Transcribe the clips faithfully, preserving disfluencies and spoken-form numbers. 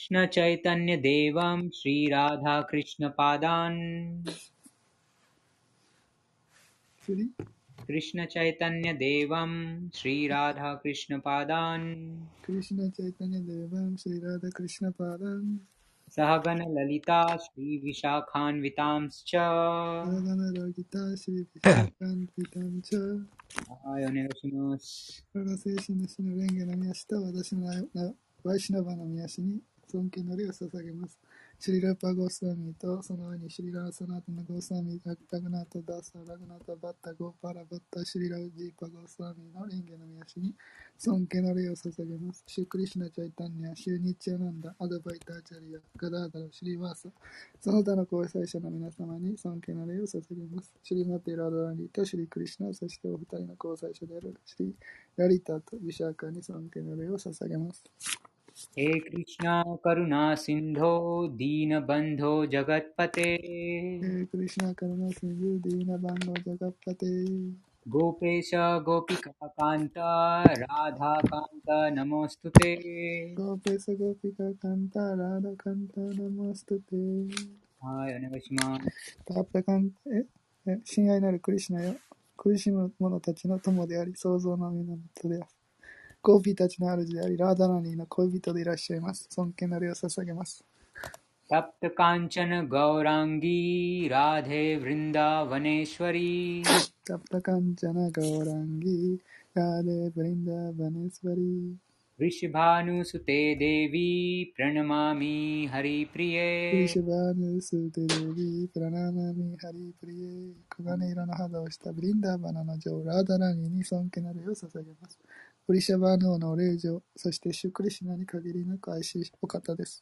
Krishna Chaitanya Devam Shri Radha Krishna Padan Shri Krishna Chaitanya Devam Shri Radha Krishna Padan Krishna Chaitanya Devam Shri Radha Krishna Padam Sahagana Lalita Shri Vishakhanvitamscha Sadhana Ragita Shri Vishwakan Vitamcha はい、お願いします。 我が精神の死の蓮華の宮下、私のなワイシュナバの宮氏に尊敬の礼を捧げます。シュリラパゴスワミとその上にシュリラーサナータのゴスワミ、ラグナータダーサ、ラグナータバッタ、ゴーパラバッタ、シュリラウジーパゴスワミの蓮華の宮氏に尊敬の礼を捧げます。シュクリシュナチャイタンニャ、シュニッチャナンダ、アドバイターチャリア、ガダーダラ、シュリワーサ、その他の交際者の皆様に尊敬の礼を捧げます。シュリマティラドランリとシュリクリシュナ、そしてお二人の交際者であるシュリラリタとビシャーカに尊敬の礼を捧げます。 हे कृष्णा करुणा सिंधो दीनबंधो जगतपते えー、クリシュナカルナシングディーナバンゴジャガッパテ गोपेश गोपिका कांता राधा कांता नमोस्तुते ゴーペサゴピカカンタラダカンタナマストテはい、お願いします。 タプラカンええ親愛なるクリシュナよ、苦しむ者たちの友であり創造の源であるゴーピーたちの主でありラーダラニーの恋人でいらっしゃいます。尊敬の礼を捧げます。 तप्त कांचन गौरांगी राधे वृंदावनेश्वरी タプタカンチャナガオランギラーデブリンダバネスバリ वृषभानुसुते देवी प्रणमामि クリ हरिप्रिये シュバーヌステレビプラナナミハリプリエ黄金色の肌をしたブリンダーバナの女王ラーダラーニーに尊敬の礼を捧げます。プリシャバーヌ王の霊女、そしてシュクリシュナに限りなく愛しいお方です。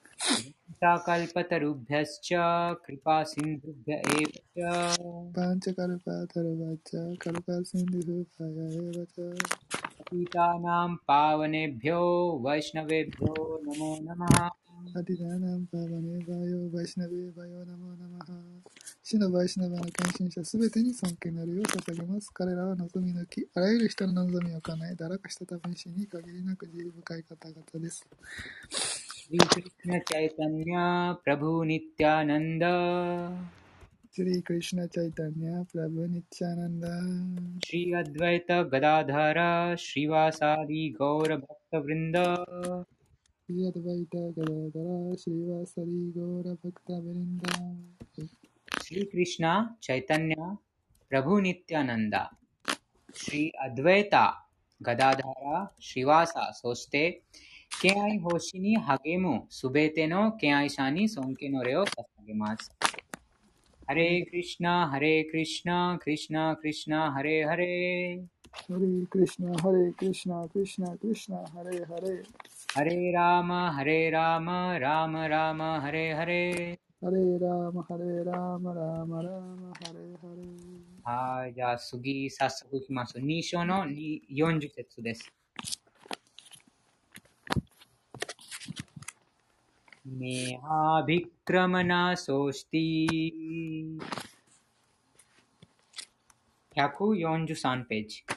कल्पतरुभ्यश्च कृपा सिन्धुभ्य एव च パンチャカルパータルバチャカルパシンディフパヤエバチャ पतितानां पावनेभ्यो वैष्णवेभ्यो नमो नमः アティダーナンパーバネバヨバイシナベバヨナモナマハ死のバイシナバの献身者すべてに尊敬の礼を捧げます。彼らは望み抜き、あらゆる人の望みを叶え、堕落した魂に限りなく慈悲深い方々です。 श्री कृष्ण चैतन्य प्रभु नित्यानंद シリークリシュナチャイタニャプラブニッチャーナンダ श्री अद्वैत गदाधर श्रीवासादि गौर भक्त वृंद シリアドバイタガダダラシリワサリゴーラバクタベリンダ श्री कृष्ण चैतन्य प्रभु नित्यानंद श्री अद्वैत गदाधर श्रीवासा そして敬愛奉仕に励むすべての敬愛者に尊敬の礼を捧げます。ハレークリシナ、ハレークリシナ、クリシナ、クリシナ、ハレーハレー。 ハレークリシュナ、ハレークリシュナ、クリシュナ、クリシュナ、ハレーハレー。 ハレーラーマ、ハレーラーマ、ラーマラーマ、ハレーハレー。 ハレーラーマ、ハレーラーマ、ラーマラーマ、ハレーハレー。 はい、じゃあ次、早速いきます。に章のよんじゅう節です。ネハビクラマナソシティひゃくよんじゅうさんページ。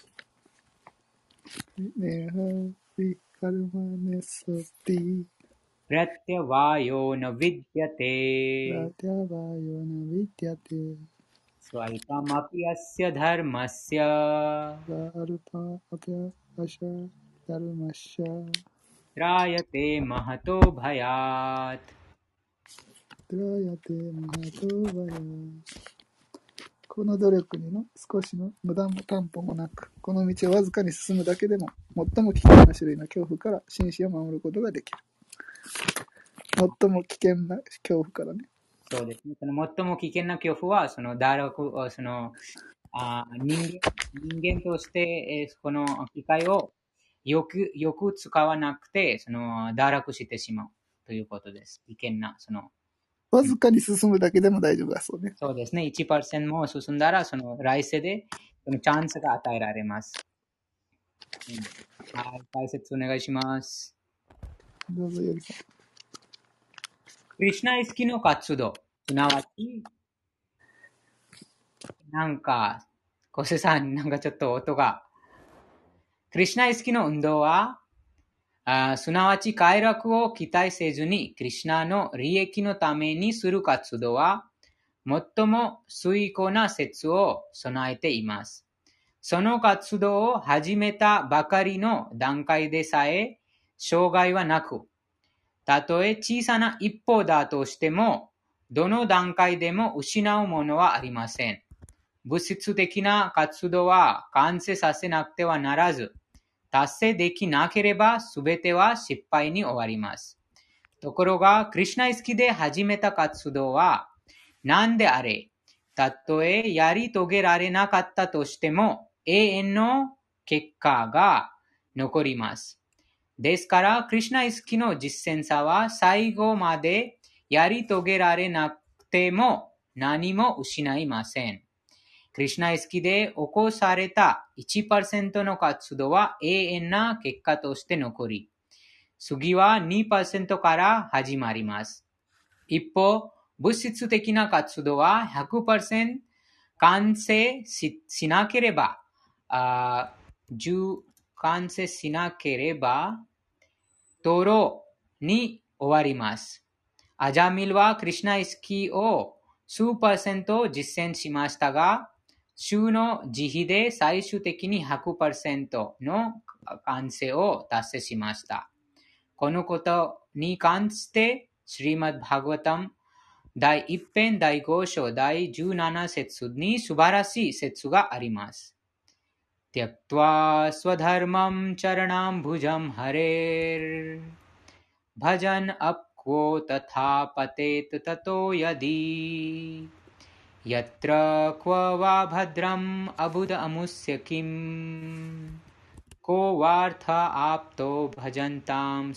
ネハビカルマネソティプラティワヨナビディアテラテャバヨナビティアテスワルパマピアスヤダルマスヤラアルパアピャアシャダルマシャトラヤテマハトバヤートラヤテマハトバヤー。この努力にの少しの無駄も担保もなく、この道をわずかに進むだけでも、最も危険な種類の恐怖から心身を守ることができる。最も危険な恐怖からね。 そうですね。その最も危険な恐怖は、その堕落、そのあ人間人間として、えー、この機械をよくよく使わなくて、その堕落してしまうということです。危険な、そのわずかに進むだけでも大丈夫だそうね。 そうですね。いちパーセント も進んだら、その来世でそのチャンスが与えられます。うん、はい、解説お願いします。 どうぞよりさん。 クリシュナ意識の活動、すなわち、なんか、小瀬さん、なんかちょっと音が、クリシュナ意識の運動は、 あすなわち快楽を期待せずに、クリシュナの利益のためにする活動は、最も崇高な説を備えています。その活動を始めたばかりの段階でさえ、障害はなく、たとえ小さな一歩だとしても、どの段階でも失うものはありません。物質的な活動は完成させなくてはならず、達成できなければ全ては失敗に終わります。ところが、クリシュナ意識で始めた活動は何であれ、たとえやり遂げられなかったとしても、永遠の結果が残ります。ですから、クリシュナ意識の実践者は最後までやり遂げられなくても何も失いません。クリシュナ意識で起こされた いちパーセント の活動は永遠な結果として残り、次は にパーセント から始まります。一方、物質的な活動は ひゃくパーセント 完成 し, しなければ、あ完成しなければ、とろに終わります。アジャミルはクリシュナ意識を数パーセント実践しましたが、週の慈悲で最終的に ひゃくパーセント の完成を達成しました。このことに関して、シリマッド・バガヴァタムだいいち編だいご章だいじゅうなな節に素晴らしい説があります。त्यक्त्वा स्वधर्मं चरणां भुजं हरेर् भजन अपको तथा पतेत ततो यदि यत्र क्व वा भद्रम अबुध अमुस्य किम को वार्था आपतो भजन्ताम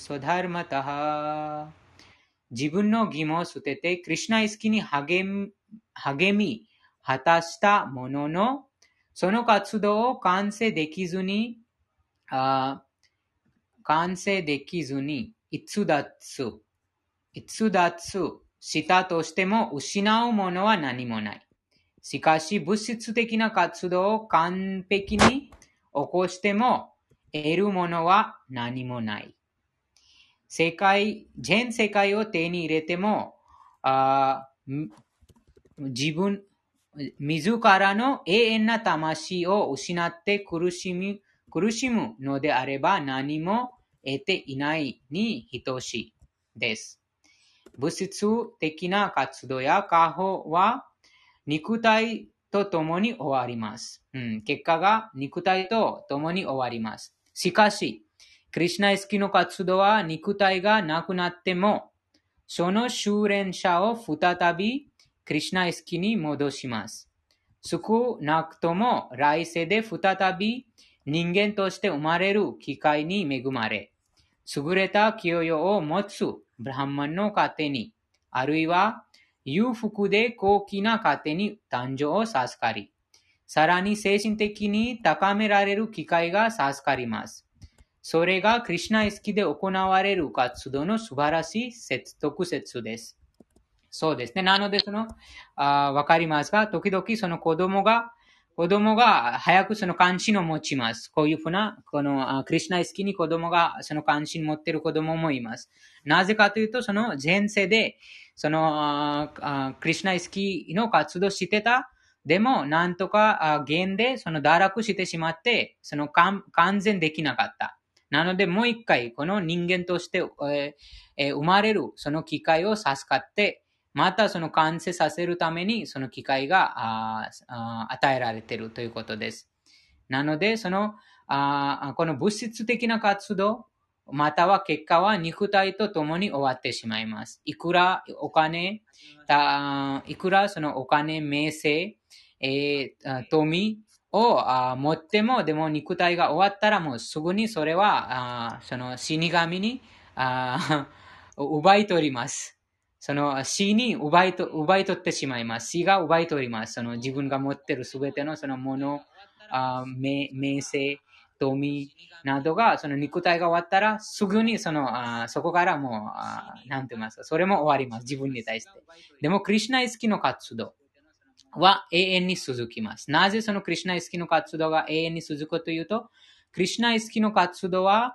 स्वधर्मतः。自分の義務を捨てて、クリシュナ意識に励み、果たしたものの、その活動を完成できずに、あ完成できずに、逸脱、逸脱したとしても失うものは何もない。しかし、物質的な活動を完璧に起こしても、得るものは何もない。世界、全世界を手に入れても、あ自分、自らの永遠な魂を失って苦しみ、苦しむのであれば何も得ていないに等しいです。物質的な活動や過保は肉体と共に終わります。うん、結果が肉体と共に終わります。しかし、クリシュナ意識の活動は肉体がなくなっても、その修練者を再びクリシュナ意識に戻します。少なくとも来世で再び人間として生まれる機会に恵まれ、優れた教養を持つブラハマンの家庭に、あるいは裕福で高貴な家庭に誕生を授かり、さらに精神的に高められる機会が授かります。それがクリシュナ意識で行われる活動の素晴らしい説得説です。そうですね。なので、その、あわかりますか？時々その子供が、子供が早くその関心を持ちます。こういうふうな、このクリシュナ意識に子供がその関心を持っている子供もいます。なぜかというと、その前世で、そのクリシュナ意識の活動してた。でも、なんとか現でその堕落してしまって、その完全できなかった。なので、もう一回、この人間として、えー、生まれる、その機会を授かって、またその完成させるために、その機会がああ与えられているということです。なので、その、あこの物質的な活動、または結果は肉体と共に終わってしまいます。いくらお金、たいくらそのお金、名声、えー、富、を持っても、でも肉体が終わったらもうすぐにそれはあその死神にあ奪い取ります。その死に奪いと奪い取ってしまいます。死が奪い取ります。その自分が持っているすべてのそのもの、あ名名声、富などがその肉体が終わったらすぐにそのあそこからもうなんて言いますか、それも終わります。自分に対して。でもクリシュナ意識の活動は永遠に続きます。なぜそのクリシュナ意識の活動が永遠に続くというと、クリシュナ意識の活動は、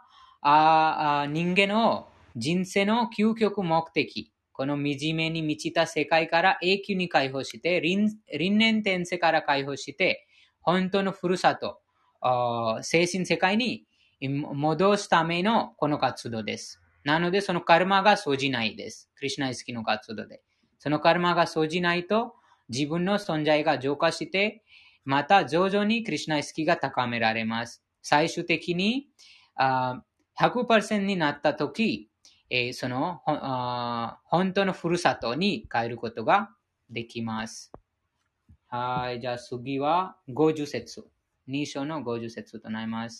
ああ人間の人生の究極目的、この惨めに満ちた世界から永久に解放して、輪廻転生から解放して、本当のふるさと、精神世界に戻すためのこの活動です。なので、そのカルマが生じないです。クリシュナ意識の活動で。そのカルマが生じないと、自分の存在が浄化して、また徐々にクリシュナ意識が高められます。最終的に、あ ひゃくパーセント になったとき、えー、そのあ本当のふるさとに帰ることができます。はい、じゃあ次はごじゅう節。に章のごじゅう節となります。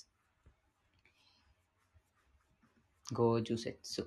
ごじゅう節。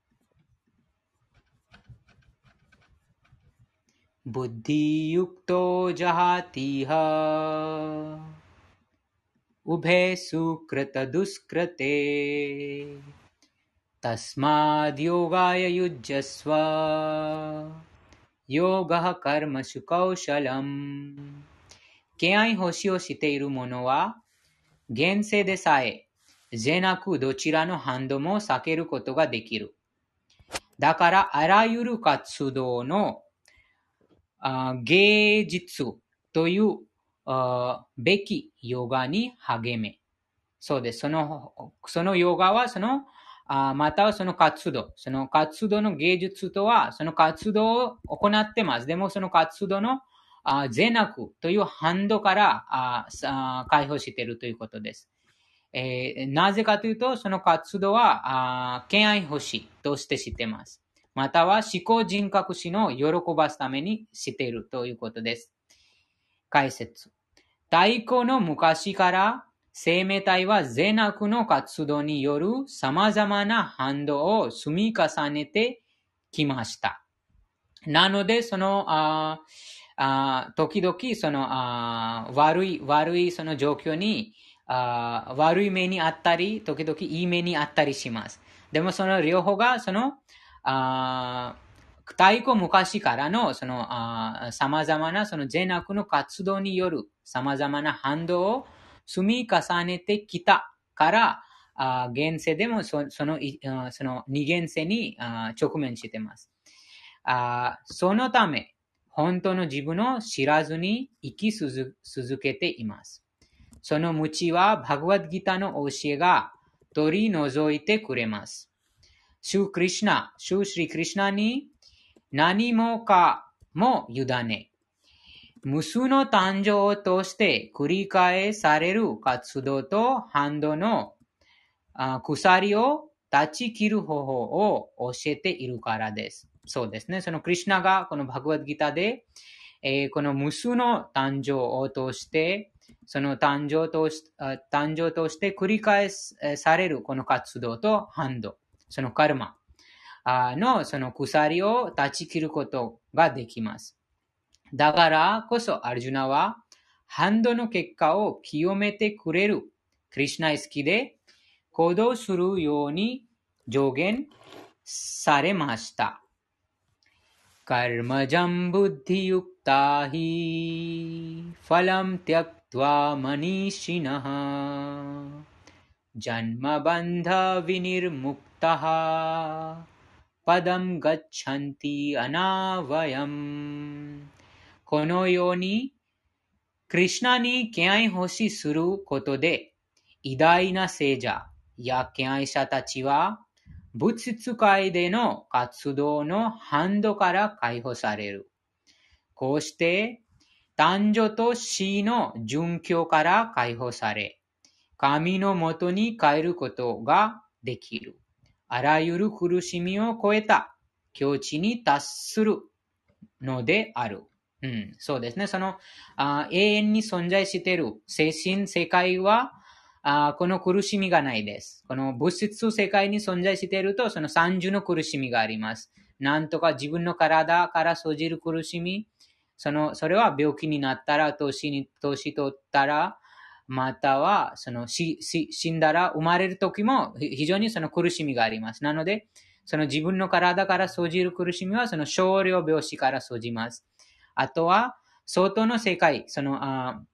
ブッディユクトジャハティハウベスクラタドゥスクラテタスマディヨガヤユジャスワヨガハカルマシュカウシャラム。敬愛欲しをしている者は、現世でさえ、善悪どちらの反動も避けることができる。だから、あらゆる活動のあ芸術というあべきヨガに励め。そうです。その、そのヨガは、その、あまたはその活動。その活動の芸術とは、その活動を行ってます。でも、その活動のあ善悪という反動からああ解放しているということです。えー、なぜかというと、その活動は、あ敬愛欲しいとして知っています。または思考人格史の喜ばすためにしているということです。解説。太古の昔から生命体は善悪の活動による様々な反動を積み重ねてきました。なので、その、ああ時々、そのあ悪い、悪いその状況にあ悪い目にあったり、時々いい目にあったりします。でも、その両方が、その、あ太古昔からの、その、様々なその善悪の活動による様々な反動を積み重ねてきたから、あ現世でもそそのその二元世にあ直面しています。あそのため、本当の自分を知らずに生き続けています。その無知はバグワッドギターの教えが取り除いてくれます。シュークリシナ、シューシリクリシナに何もかも委ね、無数の誕生を通して繰り返される活動と反動の鎖を断ち切る方法を教えているからです。そうですね。そのクリシナがこのバグワッドギターで、えー、この無数の誕生を通して、その誕生とし誕生として繰り返されるこの活動と反動、そのカルマのその鎖を断ち切ることができます。だからこそアルジュナは反動の結果を清めてくれるクリシナ意識で行動するように助言されました。カルマジャンブッディユクタヒファラムティアクトワマニシナハジャンマバンダヴィニルムクタハパダムガッチャンティアナヴァヤム。このようにクリシュナに敬愛欲しすることで偉大な聖者や敬愛者たちは物質界での活動の反動から解放される。こうして誕生と死の殉教から解放され、神のもとに帰ることができる。あらゆる苦しみを超えた境地に達するのである。うん、そうですね。そのあ永遠に存在している精神世界はあこの苦しみがないです。この物質世界に存在していると、その三重の苦しみがあります。なんとか自分の体から生じる苦しみ、そのそれは病気になったら、年に年取ったら、またはその死死んだら生まれる時も非常にその苦しみがあります。なので、その自分の体から生じる苦しみはその少量病死から生じます。あとは、外の世界、そのあ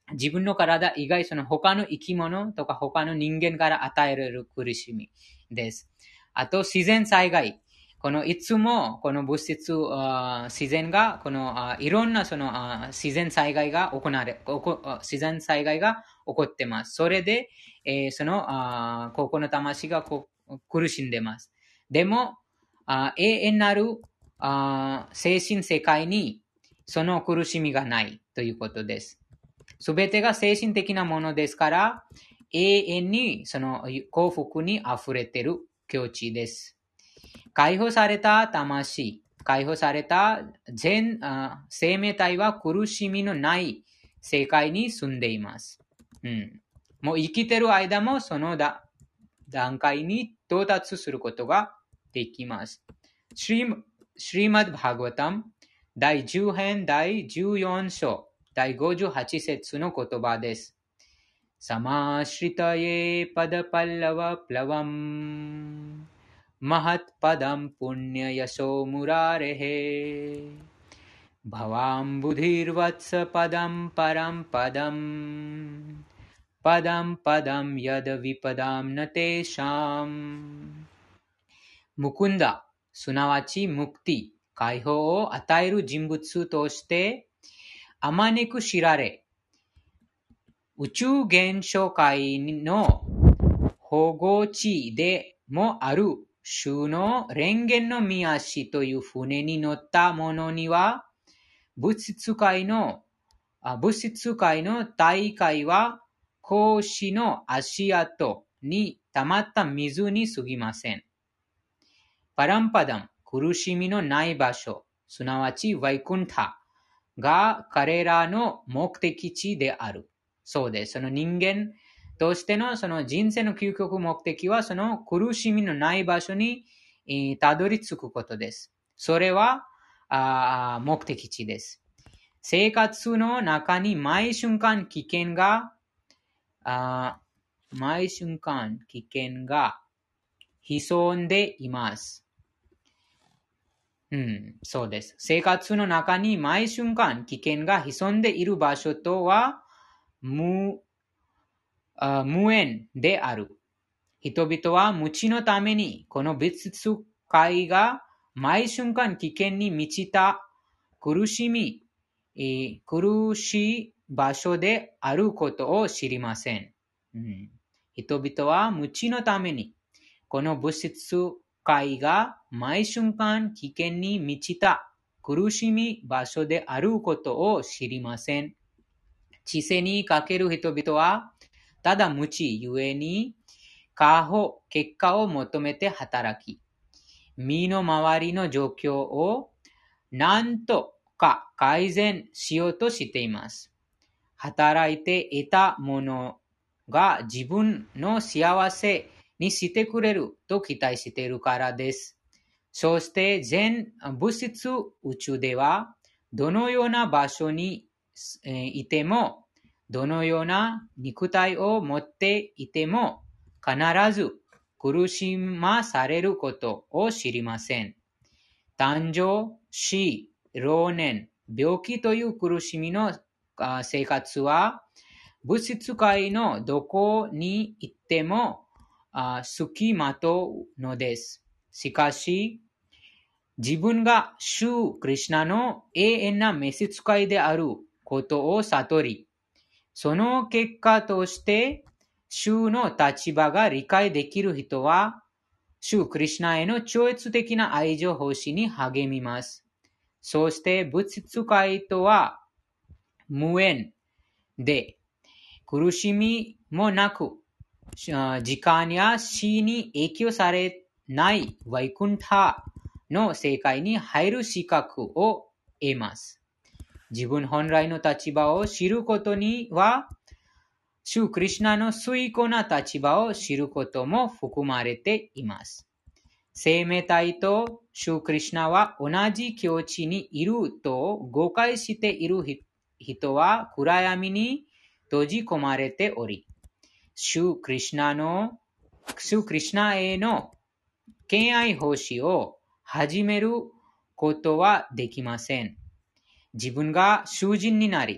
自分の体以外、その他の生き物とか他の人間から与えられる苦しみです。あと、自然災害。このいつもこの物質、自然が、このいろんなその自然災害が行われ、自然災害が起こってます。それで、えー、そのここの魂がこ苦しんでます。でも、永遠なる精神世界にその苦しみがないということです。すべてが精神的なものですから、永遠にその幸福に溢れている境地です。解放された魂、解放された全生命体は苦しみのない世界に住んでいます。うん、もう生きている間もその段階に到達することができます。シリマッド・バーガバタムだいじゅう編だいじゅうよん章だいごじゅうはち節の言葉です。サマーシリタエパダパラワプラワムマハッパダムプニャヤソムラレヘバワンブディルワッサパダムパランパダムパダムパダムヤダヴィパダムナテシャムムクンダ、すなわちムクティ、解放を与える人物としてあまねく知られ、宇宙現象界の保護地でもある主の蓮華の御足という船に乗った者には、物質界の、物質界の大海は孔子の足跡に溜まった水に過ぎません。パランパダム、苦しみのない場所、すなわちワイクンタが彼らの目的地である。そうです。その人間としてのその人生の究極目的はその苦しみのない場所にたどり着くことです。それはあ目的地です。生活の中に毎瞬間危険があ毎瞬間危険が潜んでいます。うん、そうです。生活の中に毎瞬間危険が潜んでいる場所とは無、あ無縁である。人々は無知のためにこの物質界が毎瞬間危険に満ちた苦しみ、えー、苦しい場所であることを知りません。うん、人々は無知のためにこの物質界が毎瞬間危険に満ちた苦しみ場所であることを知りません。知性にかける人々はただ無知ゆえに過保結果を求めて働き、身の回りの状況を何とか改善しようとしています。働いて得たものが自分の幸せにしてくれると期待しているからです。そして全物質宇宙ではどのような場所にいても、どのような肉体を持っていても必ず苦しまされることを知りません。誕生、死、老年、病気という苦しみの生活は物質界のどこに行っても付きまとうのです。しかし、自分が主クリシュナの永遠な召使いであることを悟り、その結果として主の立場が理解できる人は、主クリシュナへの超越的な愛情奉仕に励みます。そして物質界とは無縁で、苦しみもなく、時間や死に影響されないワイクンタの世界に入る資格を得ます。自分本来の立場を知ることには、主クリシュナの崇高な立場を知ることも含まれています。生命体と主クリシュナは同じ境地にいると誤解している人は暗闇に閉じ込まれており、主クリシュナの、主クリシュナへの敬愛奉仕を始めることはできません。自分が囚人になり、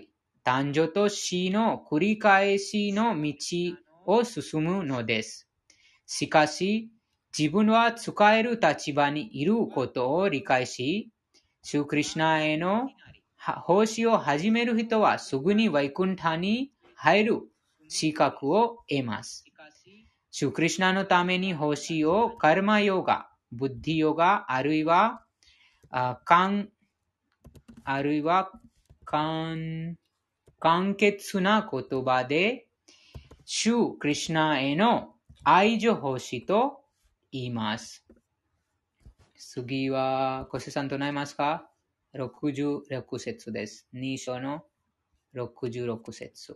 誕生と死の繰り返しの道を進むのです。しかし、自分は使える立場にいることを理解し、シュークリシュナへの奉仕を始める人はすぐにワイクンタに入る資格を得ます。シュークリシュナのために奉仕をカルマヨガ、ブッディヨガ、あるいは、ああるいは簡潔な言葉で、シュークリシュナへの愛情奉仕と言います。次は、コセさんとなりますか？ろくじゅうろく節です。に章のろくじゅうろく節。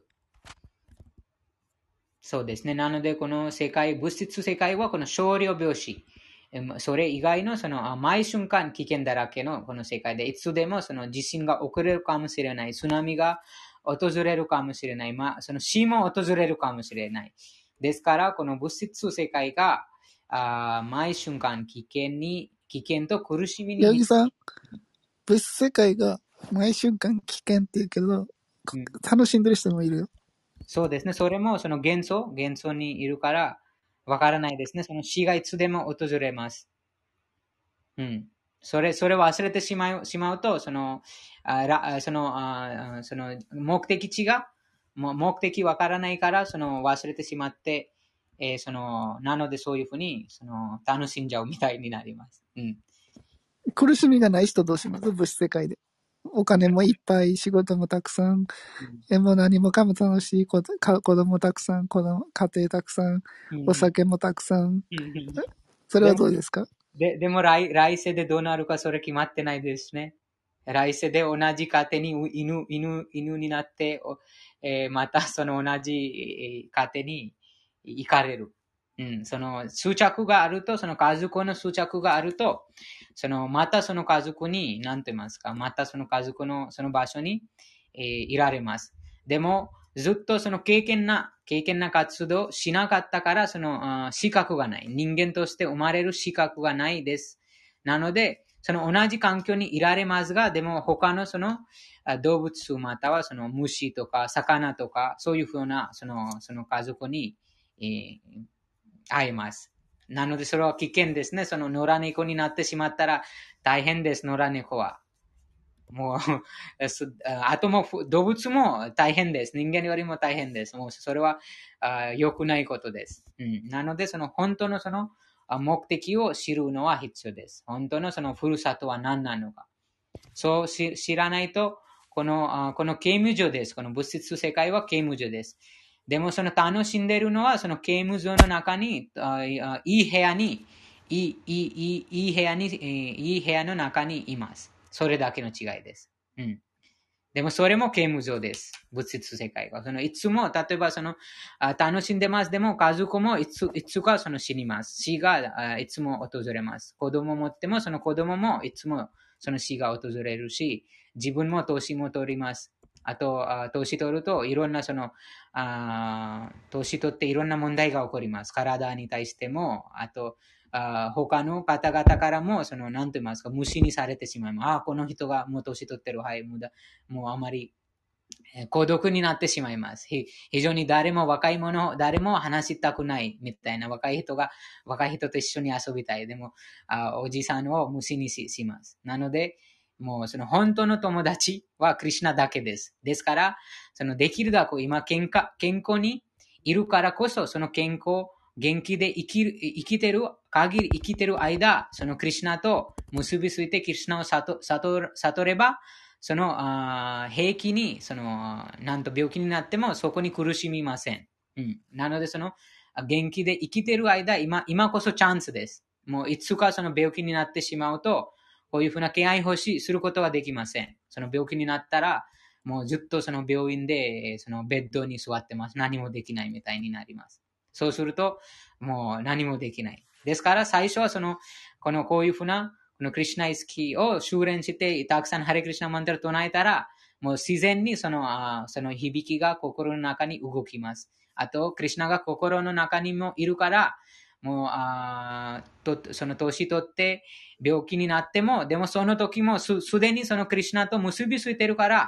そうですね。なので、この世界、物質世界はこの少量病死。それ以外のその毎瞬間危険だらけのこの世界で、いつでもその地震が起これるかもしれない。津波が訪れるかもしれない。まあ、その死も訪れるかもしれない。ですから、この物質世界があ毎瞬間危険に、危険と苦しみに。 八木さん、物質世界が毎瞬間危険って言うけど、うん、楽しんでる人もいるよ。 そうですね。それもその幻想、幻想にいるからわからないですね。その死がいつでも訪れます。うん。それ、それを忘れてしまう、しまうと、その、あその、あその目的地が、目的わからないから、その忘れてしまって、えー、その、なのでそういうふうに、その、楽しんじゃうみたいになります。うん。 苦しみがない人どうします？物質世界で。お金もいっぱい、仕事もたくさん、うん、もう何もかも楽しい、子供たくさん、子供、家庭たくさん、うん、お酒もたくさん。うん、それはどうですか？ で, でも来、来世でどうなるかそれ決まってないですね。来世で同じ家庭に犬、犬、犬になって、えー、またその同じ家庭に行かれる。うん、その執着があると、その家族の執着があると、そのまたその家族に、何と言いますか、またその家族のその場所に、えー、いられます。でも、ずっとその経験な、経験な活動しなかったから、その資格がない。人間として生まれる資格がないです。なので、その同じ環境にいられますが、でも他のその動物またはその虫とか魚とか、そういうふうなそのその家族に、えー、会えます。なのでそれは危険ですね。その野良猫になってしまったら大変です、野良猫は。もう、あとも動物も大変です。人間よりも大変です。もうそれは良くないことです。うん、なので、その本当のその目的を知るのは必要です。本当のそのふるさとは何なのか。そう知らないと、この、この刑務所です。この物質世界は刑務所です。でもその楽しんでいるのは、その刑務所の中に、いい部屋に、いい、いい、いい部屋に、いい部屋の中にいます。それだけの違いです。うん。でもそれも刑務所です。物質世界が。そのいつも、例えばその、楽しんでます。でも家族もいつ、いつかその死にます。死がいつも訪れます。子供を持っても、その子供もいつもその死が訪れるし、自分も年も取ります。あと、年取るといろんなその、あ年取っていろんな問題が起こります。体に対しても、あと、あ他の方々からも、その、なんと言いますか、無視にされてしまいます。ああ、この人がもう年取ってる。はい、もうだ、もうあまり、えー、孤独になってしまいます。非常に誰も若い者、誰も話したくないみたいな若い人が、若い人と一緒に遊びたい。でも、あおじさんを無視に し, します。なので、もうその本当の友達はクリシュナだけです。ですから、そのできるだけ今健康、健康にいるからこそ、その健康、元気で生きる、生きてる限り、生きてる間、そのクリシュナと結びついてクリシュナを悟、悟、悟れば、その、あ平気に、その、なんと病気になってもそこに苦しみません。うん。なので、その、元気で生きてる間、今、今こそチャンスです。もう、いつかその病気になってしまうと、こういうふうな敬愛欲しすることはできません。その病気になったら、もうずっとその病院で、そのベッドに座ってます。何もできないみたいになります。そうすると、もう何もできない。ですから、最初はその、このこういうふうな、このクリシュナ意識を修練して、たくさんハレクリシュナマンタル唱えたら、もう自然にその、あその響きが心の中に動きます。あと、クリシュナが心の中にもいるから、もう、あとその年取って病気になっても、でもその時もすでにそのクリシュナと結びついてるから、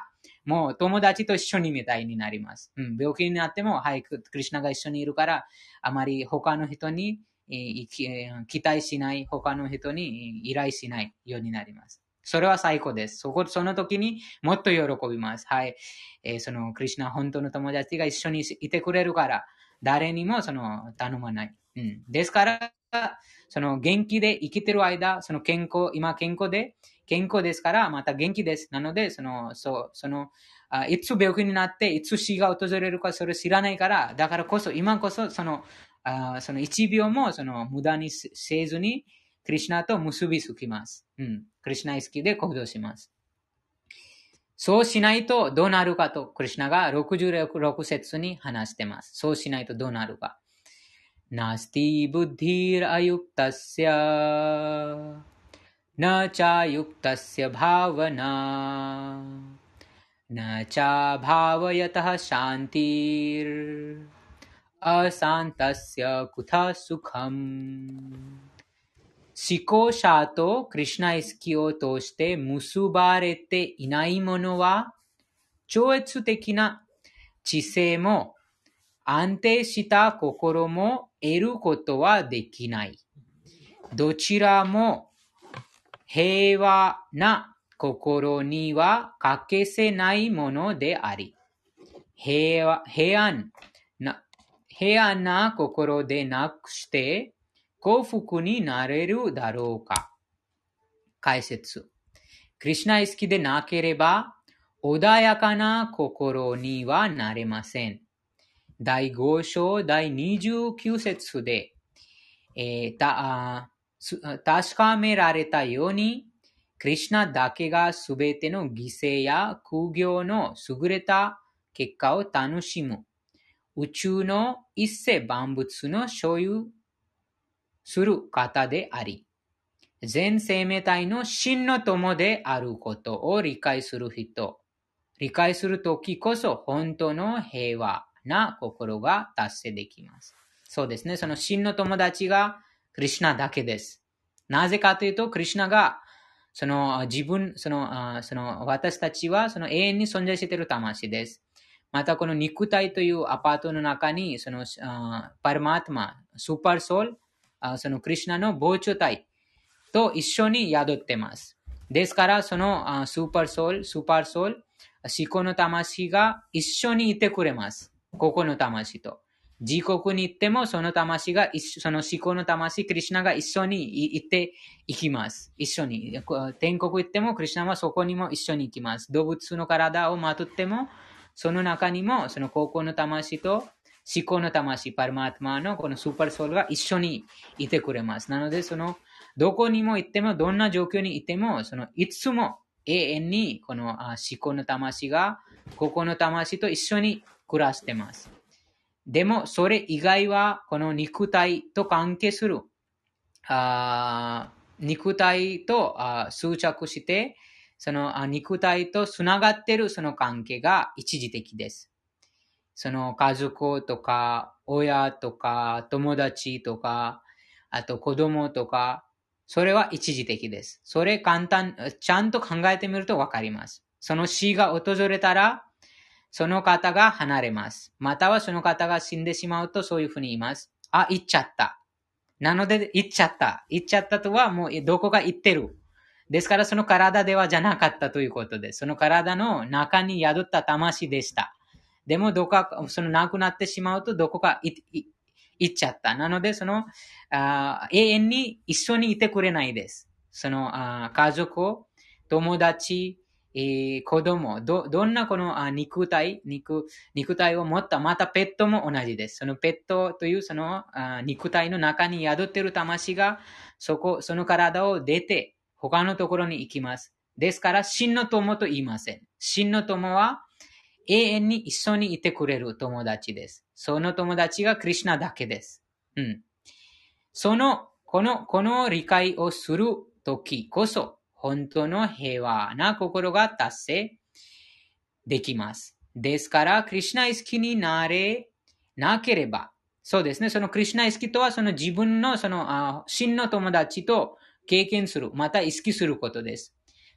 もう友達と一緒にみたいになります。うん、病気になっても、はい、クリシュナが一緒にいるから、あまり他の人に、えー期待しない、他の人に依頼しないようになります。それは最高です。そこ、その時にもっと喜びます。はい。えーそのクリシュナ本当の友達が一緒にいてくれるから、誰にもその頼まない。うん。ですから、その元気で生きてる間、その健康、今健康で、健康ですから、また元気です。なので、その、そう、その、あいつ病気になって、いつ死が訪れるか、それ知らないから、だからこそ、今こそ、その、あその一秒も、その、無駄にせずに、クリシュナと結びつきます。うん。クリシュナ意識で行動します。そうしないとどうなるかと、クリシュナがろくじゅうろく節に話しています。そうしないとどうなるか。ナスティブッディーアユクタスヤナチャユクタスヤバーワナナチャバーワヤタハシャンティーアサンタスヤクタスカム思考者とクリシュナ意識を通して結ばれていないものは超越的な知性も安定した心も得ることはできない。どちらも平和な心には欠けせないものであり、平和平安な平安な心でなくして幸福になれるだろうか。解説。クリシュナ意識でなければ穏やかな心にはなれません。だいご章だいにじゅうきゅう節で、えーた確かめられたように、クリシュナだけがすべての犠牲や苦行の優れた結果を楽しむ。宇宙の一切万物の所有する方であり、全生命体の真の友であることを理解する人、理解するときこそ本当の平和な心が達成できます。そうですね。その真の友達がクリシュナだけです。なぜかというと、クリシュナがその自分、そのその私たちはその永遠に存在している魂です。またこの肉体というアパートの中にそのパルマートマ、スーパーソウル、そのクリシュナの膨張体と一緒に宿っています。ですから、そのスーパーソウル、スーパーソウル、思考の魂が一緒にいてくれます。ここの魂と。地獄に行っても、その魂が、その思考の魂、クリシュナが一緒に行って行きます。一緒に。天国行っても、クリシュナはそこにも一緒に行きます。動物の体をまとっても、その中にも、その高校の魂と思考の魂、パルマートマのこのスーパーソウルが一緒にいてくれます。なので、その、どこにも行っても、どんな状況にいても、その、いつも永遠に、この思考の魂が、ここの魂と一緒に暮らしています。でも、それ以外は、この肉体と関係する、あ肉体とあ執着して、そのあ肉体とつながっているその関係が一時的です。その家族とか、親とか、友達とか、あと子供とか、それは一時的です。それ簡単、ちゃんと考えてみるとわかります。その死が訪れたら、その方が離れます。またはその方が死んでしまうとそういうふうに言います。あ、行っちゃった。なので、行っちゃった。行っちゃったとはもうどこか行ってる。ですからその体ではじゃなかったということです。その体の中に宿った魂でした。でもどこか、その亡くなってしまうとどこか行っちゃった。なので、そのあ永遠に一緒にいてくれないです。そのあ家族、友達、えー、子供、ど、どんなこのあ肉体、肉、肉体を持った、またペットも同じです。そのペットというそのあ肉体の中に宿っている魂が、そこ、その体を出て、他のところに行きます。ですから、真の友と言いません。真の友は、永遠に一緒にいてくれる友達です。その友達がクリシュナだけです。うん。その、この、この理解をするときこそ、本当の平和な心が達成できます。ですから、クリシュナ意識になれなければ、そうですね、そのクリシュナ意識とは、その自分のそのあ真の友達と経験する、また意識することです。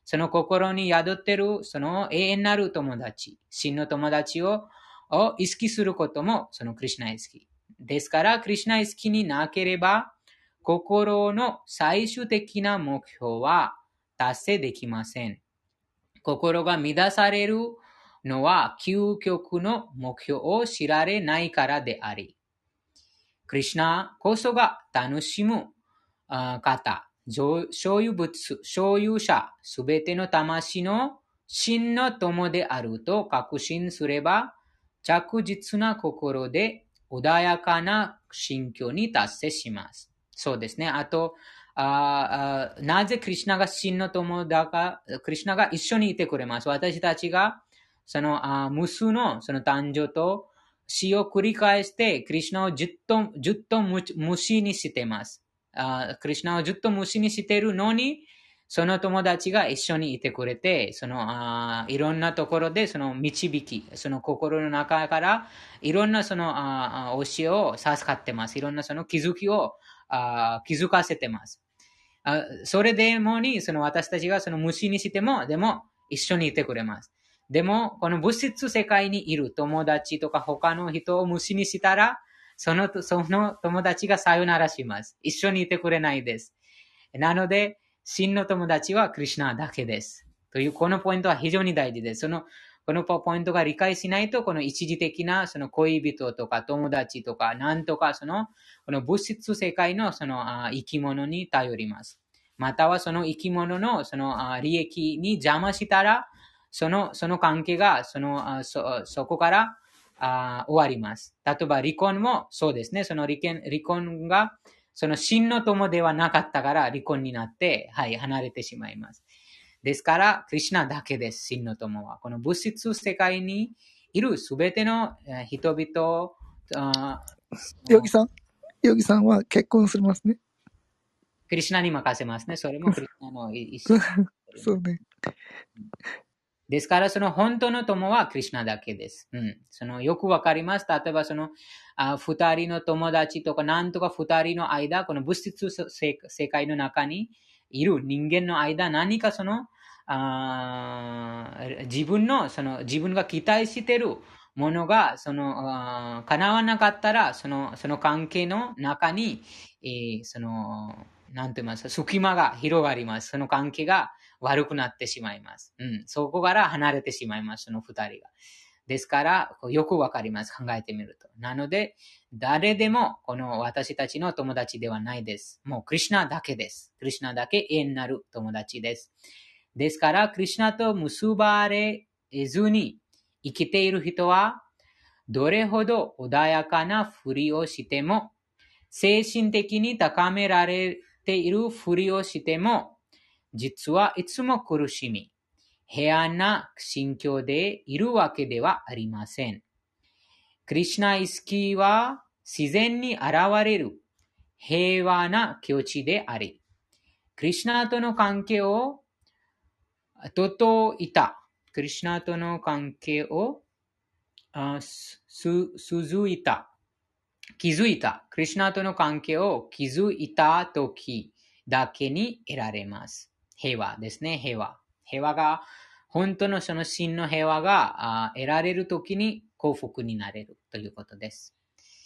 その心に宿っている、その永遠なる友達、真の友達をを意識することも、そのクリシュナ意識。ですから、クリシュナ意識になければ、心の最終的な目標は達成できません。心が乱されるのは究極の目標を知られないからであり、クリシュナこそが楽しむ方、所有物、所有者、すべての魂の真の友であると確信すれば、着実な心で穏やかな心境に達成します。そうですね。あと、ああなぜクリシュナが真の友だか、クリシュナが一緒にいてくれます。私たちが、そのあ無数のその誕生と死を繰り返して、クリシュナをずっと、ずっと無視にしています。あクリシュナをずっと無視にしているのに、その友達が一緒にいてくれて、そのあいろんなところでその導き、その心の中からいろんなそのあ教えを授かってます。いろんなその気づきをあ気づかせてます。あそれでもに、その私たちがその無視にしても、でも一緒にいてくれます。でも、この物質世界にいる友達とか他の人を無視にしたら、その、その友達がさよならします。一緒にいてくれないです。なので、真の友達はクリシュナだけです。という、このポイントは非常に大事です。その、このポイントが理解しないと、この一時的なその恋人とか友達とか、なんとかその、この物質世界のそのあ生き物に頼ります。またはその生き物のそのあ利益に邪魔したら、その、その関係が、その、あそ、そこからあ終わります。例えば離婚もそうですね。その離婚、離婚が、その真の友ではなかったから離婚になって、はい、離れてしまいます。ですから、クリシュナだけです、真の友は。この物質世界にいるすべての人々、あヨギさん、ヨギさんは結婚しますね。 クリシュナに任せますね。それもクリシュナの意思。 そうね。 ですから、その本当の友はクリシュナだけです。うん。そのよくわかります。例えば、その、あ二人の友達とか、なんとか二人の間、この物質世界の中にいる人間の間、何かその、あ自分の、その、自分が期待しているものが、その、叶わなかったら、その、その関係の中に、えー、その、なんて言いますか、隙間が広がります。その関係が悪くなってしまいます。うん。そこから離れてしまいます。その二人が。ですから、よくわかります。考えてみると。なので、誰でも、この私たちの友達ではないです。もう、クリシュナだけです。クリシュナだけ永遠なる友達です。ですから、クリシュナと結ばれずに生きている人は、どれほど穏やかなふりをしても、精神的に高められているふりをしても、実はいつも苦しみ、平安な心境でいるわけではありません。クリシュナ意識は自然に現れる平和な境地であり、クリシュナとの関係を整いた、クリシュナとの関係をす、続いた、気づいた、クリシュナとの関係を気づいたときだけに得られます。平和ですね、平和。平和が、本当のその真の平和が得られるときに幸福になれるということです。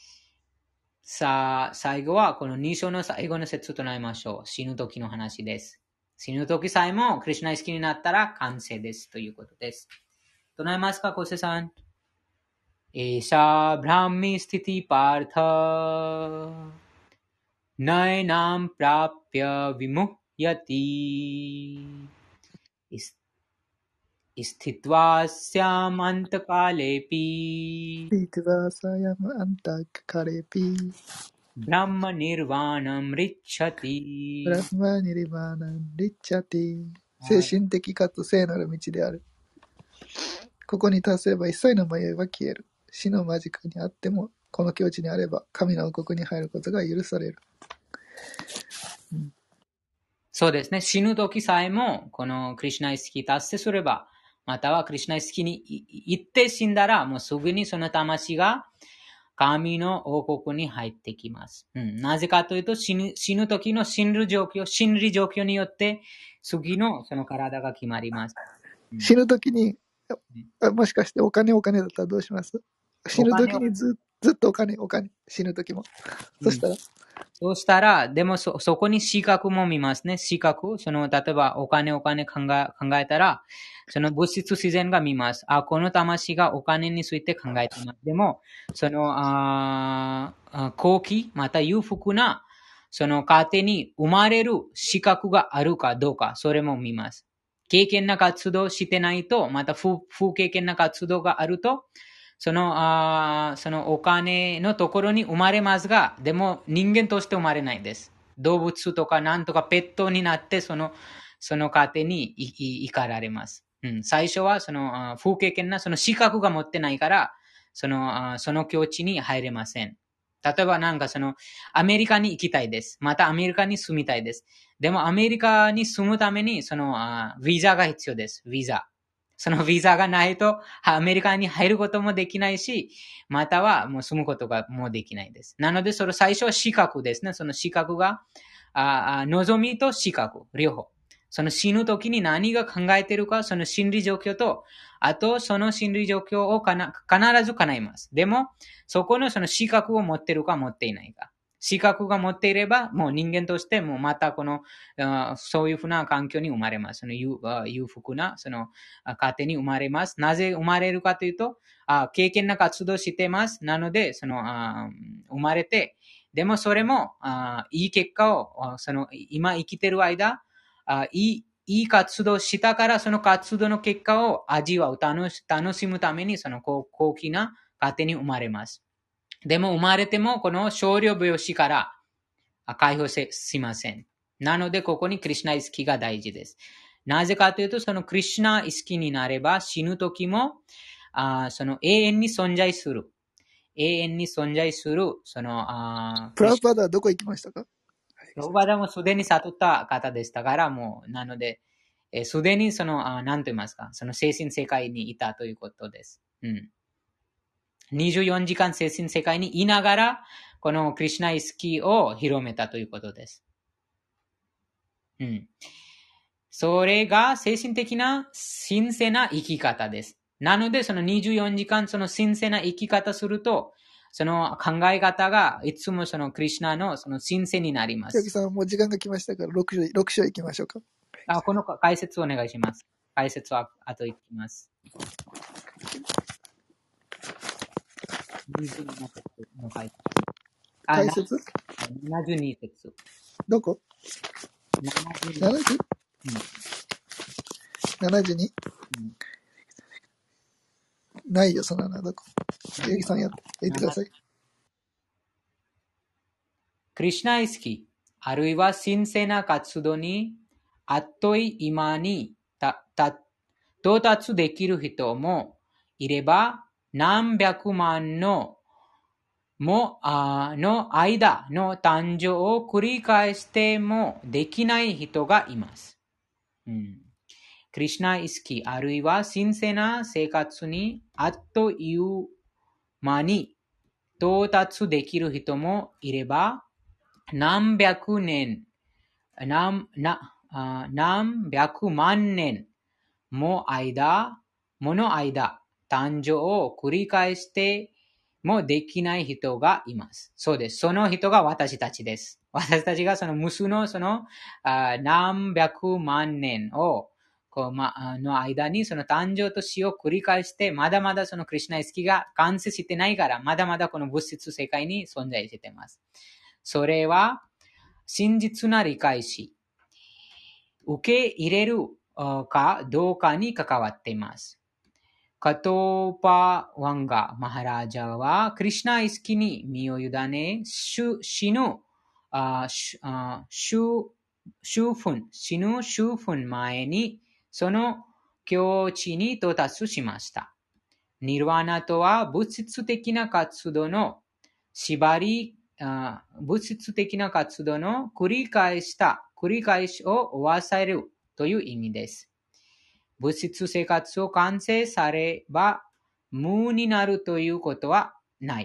さあ、最後はこのに章の最後の節となりましょう。死ぬ時の話です。死ぬ時さえもクリシュナ意識になったら完成ですということです。唱えますか、コセさん。एषा ब्राह्मी स्थिति पार्थ नयनां प्राप्य विमुह्यति स्थित्वा स्यामन्तकालेऽपि ब्रह्मनिर्वाणं रिच्छति。 ブラフマニリバーナンリッチャティ、精神的かつ聖なる道である。ここに達せば一切の迷いは消える。死の間近にあっても、この境地にあれば、神の王国に入ることが許される。 うん、そうですね。死ぬ時さえも、このクリシュナ意識達成すれば、またはクリシュナ意識に行って死んだら、もうすぐにその魂が神の王国に入ってきます。うん、なぜかというと死ぬ、死ぬ時の心理状況、心理状況によって、次のその体が決まります。うん、 死ぬときに、 うん、 もしかしてお金お金だったらどうします？死ぬときに ず, ずっとお金お金。死ぬときも。そしたら、うん、 そうしたら、でも そ, そこに資格も見ますね。資格。その、例えばお金お金考え考えたら、その物質自然が見ます。あ、この魂がお金について考えています。でも、その、あ高貴、また裕福な、その家庭に生まれる資格があるかどうか、それも見ます。経験な活動してないと、また 不, 不経験な活動があると、その、あそのお金のところに生まれますが、でも人間として生まれないです。動物とかなんとかペットになって、その、その家庭に行かられます。うん、最初はその不経験なその資格が持ってないから、その、その境地に入れません。例えばなんかそのアメリカに行きたいです。またアメリカに住みたいです。でもアメリカに住むためにそのビザが必要です。ビザ。そのビザがないとアメリカに入ることもできないし、またはもう住むことがもうできないです。なのでその最初は資格ですね。その資格があ望みと資格、両方。その死ぬ時に何が考えているか、その心理状況と、あとその心理状況をかな必ず叶います。でも、そこのその資格を持っているか持っていないか。資格が持っていれば、もう人間としてもまたこの、そういうふうな環境に生まれます。その裕福な、その家庭に生まれます。なぜ生まれるかというと、あ経験な活動してます。なので、そのあ生まれて、でもそれもあいい結果を、その今生きている間、あいいいい活動したから、その活動の結果を味わう、楽し楽しむために、その高貴な家庭に生まれます。でも生まれても、この少量病死から解放しません。なので、ここにクリシュナ意識が大事です。なぜかというと、そのクリシュナ意識になれば、死ぬ時も、あその永遠に存在する。永遠に存在する、その、あプラブパダはどこ行きましたか？ プラブパダもすでに悟った方でしたから、もう、なので、すでにその、あ何と言いますか、その精神世界にいたということです。うん。にじゅうよじかん精神世界にいながら、このクリシュナ意識を広めたということです。うん。それが精神的な神聖な生き方です。なので、そのにじゅうよじかんその神聖な生き方すると、その考え方がいつもそのクリシュナのその神聖になります。 千秋さん、もう時間が来ましたから、ろく章、ろく章行きましょうか。 あ、この解説をお願いします。解説は後行きます。にじゅうなな節の解説。あ、 解説ななじゅうに節。 どこ ?ななじゅう?ななじゅう?ななじゅうに? ないよ、そんなの。どこ千秋さんやって、言ってください。 クリシュナ意識、あるいは神聖な活動に、あっとい今にたた到達できる人もいれば、何百万のもあの間の誕生を繰り返してもできない人がいます。うん、クリシュナ意識、あるいは神聖な生活にあっという間に到達できる人もいれば、何百年、何な何百万年も間、もの間、誕生を繰り返してもできない人がいます。そうです。その人が私たちです。私たちがその無数のその何百万年をこう、ま、の間にその誕生と死を繰り返して、まだまだそのクリシュナ意識が完成してないから、まだまだこの物質世界に存在しています。それは真実な理解し、受け入れるかどうかに関わっています。カトーパワンガ・マハラジャはクリシュナ意識に身を委ね、死ぬ、数分、死ぬ数分前にその境地に到達しました。ニルワナとは物質的な活動の縛り、物質的な活動の繰り返した、繰り返しを忘れるという意味です。物質生活を完成されば無になるということはない。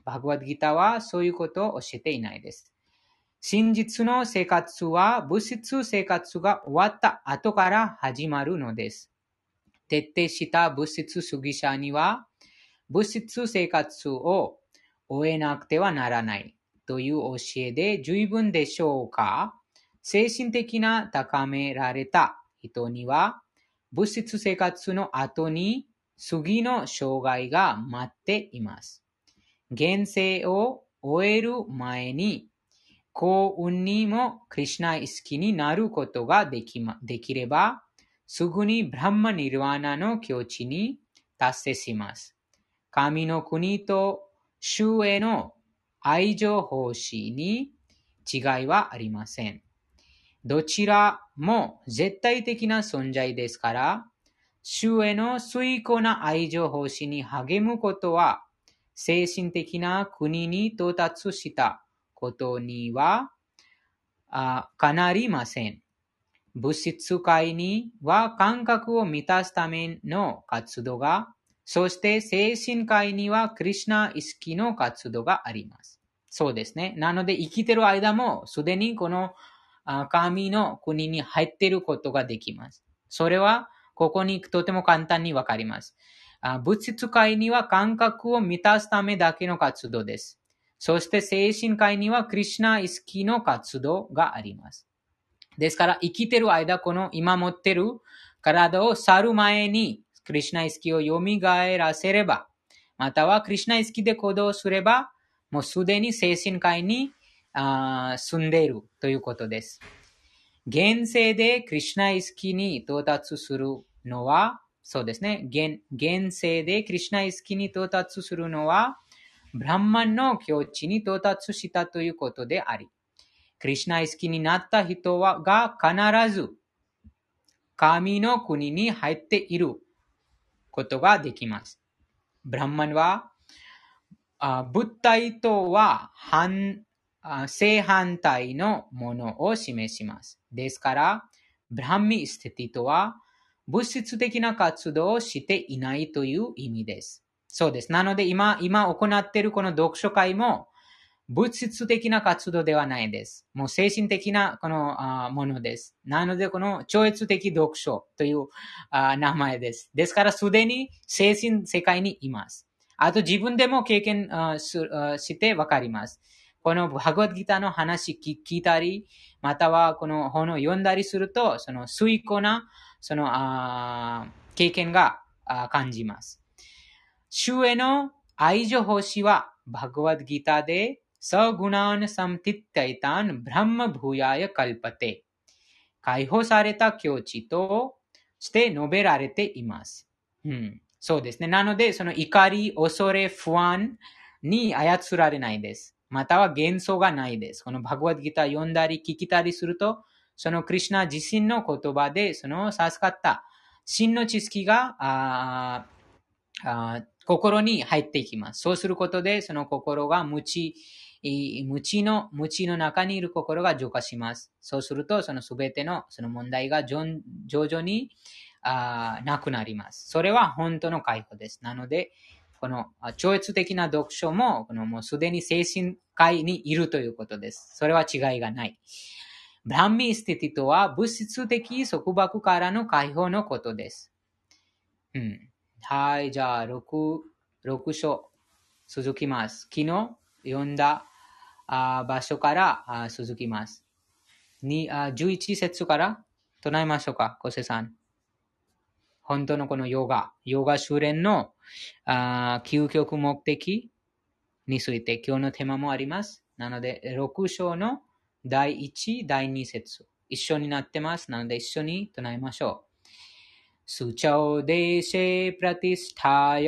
バグワッドギターはそういうことを教えていないです。真実の生活は物質生活が終わった後から始まるのです。徹底した物質主義者には物質生活を終えなくてはならないという教えで十分でしょうか？精神的な高められた人には物質生活の後に次の障害が待っています。現世を終える前に幸運にもクリシュナ意識になることができま、できれば、すぐにブラッマニルワーナの境地に達成します。神の国と主への愛情奉仕に違いはありません。どちらも絶対的な存在ですから、主への崇高な愛情奉仕に励むことは、精神的な国に到達したことにはあかなりません。物質界には感覚を満たすための活動が、そして精神界にはクリシュナ意識の活動があります。そうですね。なので生きている間もすでにこの神の国に入っていることができます。それはここにとても簡単にわかります。物質界には感覚を満たすためだけの活動です。そして精神界にはクリシュナ意識の活動があります。ですから生きている間、この今持っている体を去る前にクリシュナ意識を蘇らせれば、またはクリシュナ意識で行動すれば、もうすでに精神界に住んでいるということです。現世でクリシュナ意識に到達するのは、そうですね。現、現世でクリシュナ意識に到達するのは、ブランマンの境地に到達したということであり、クリシュナ意識になった人はが必ず神の国に入っていることができます。ブランマンは、物体とは反正反対のものを示します。ですから、ブランミスティティとは物質的な活動をしていないという意味です。そうです。なので今、今行っているこの読書会も物質的な活動ではないです。もう精神的なこのものです。なのでこの超越的読書という名前です。ですからすでに精神世界にいます。あと自分でも経験してわかります。このバグワッドギターの話聞いたり、またはこの本を読んだりすると、その崇高なその経験が感じます。主への愛情奉仕はバグワッドギターでサグナンサムティッタイタンブランマブーヤヤカルパテ。解放された境地として述べられています。うん、そうですね。なので、その怒り、恐れ、不安に操られないです。または幻想がないです。このバグワッドギター読んだり聞いたりすると、そのクリシュナ自身の言葉で、その授かった真の知識が、ああ心に入っていきます。そうすることで、その心が無知、無知の、無知の中にいる心が浄化します。そうすると、そのすべてのその問題が徐々にあなくなります。それは本当の解放です。なので、この超越的な読書も、このもうすでに精神界にいるということです。それは違いがない。ブランミースティティとは物質的束縛からの解放のことです。うん。はい、じゃあ、6、6章、続きます。昨日読んだあ場所からあ続きます。にあじゅういち節から唱えましょうか、小瀬さん。本当のこのヨガ、ヨガ修練のあ究極目的について今日のテーマもあります。なので、ろく章のだいいち、だいに節、一緒になってます。なので、一緒に唱えましょう。सुचौ देशे प्रतिष्ठाय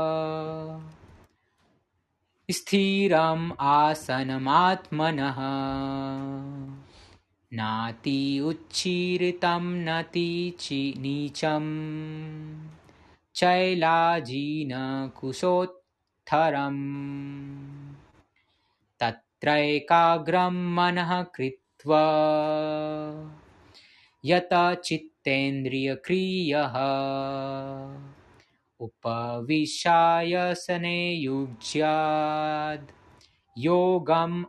स्थिरम् आसनमात्मनः नाति उच्छीरितं नति नीचम् चैलाजीन कुशोत्थरम् तत्रैकाग्रं मनः कृत्वा यत चित्तेन्द्रियक्रियः उपविशायसने युज्याद् योगम्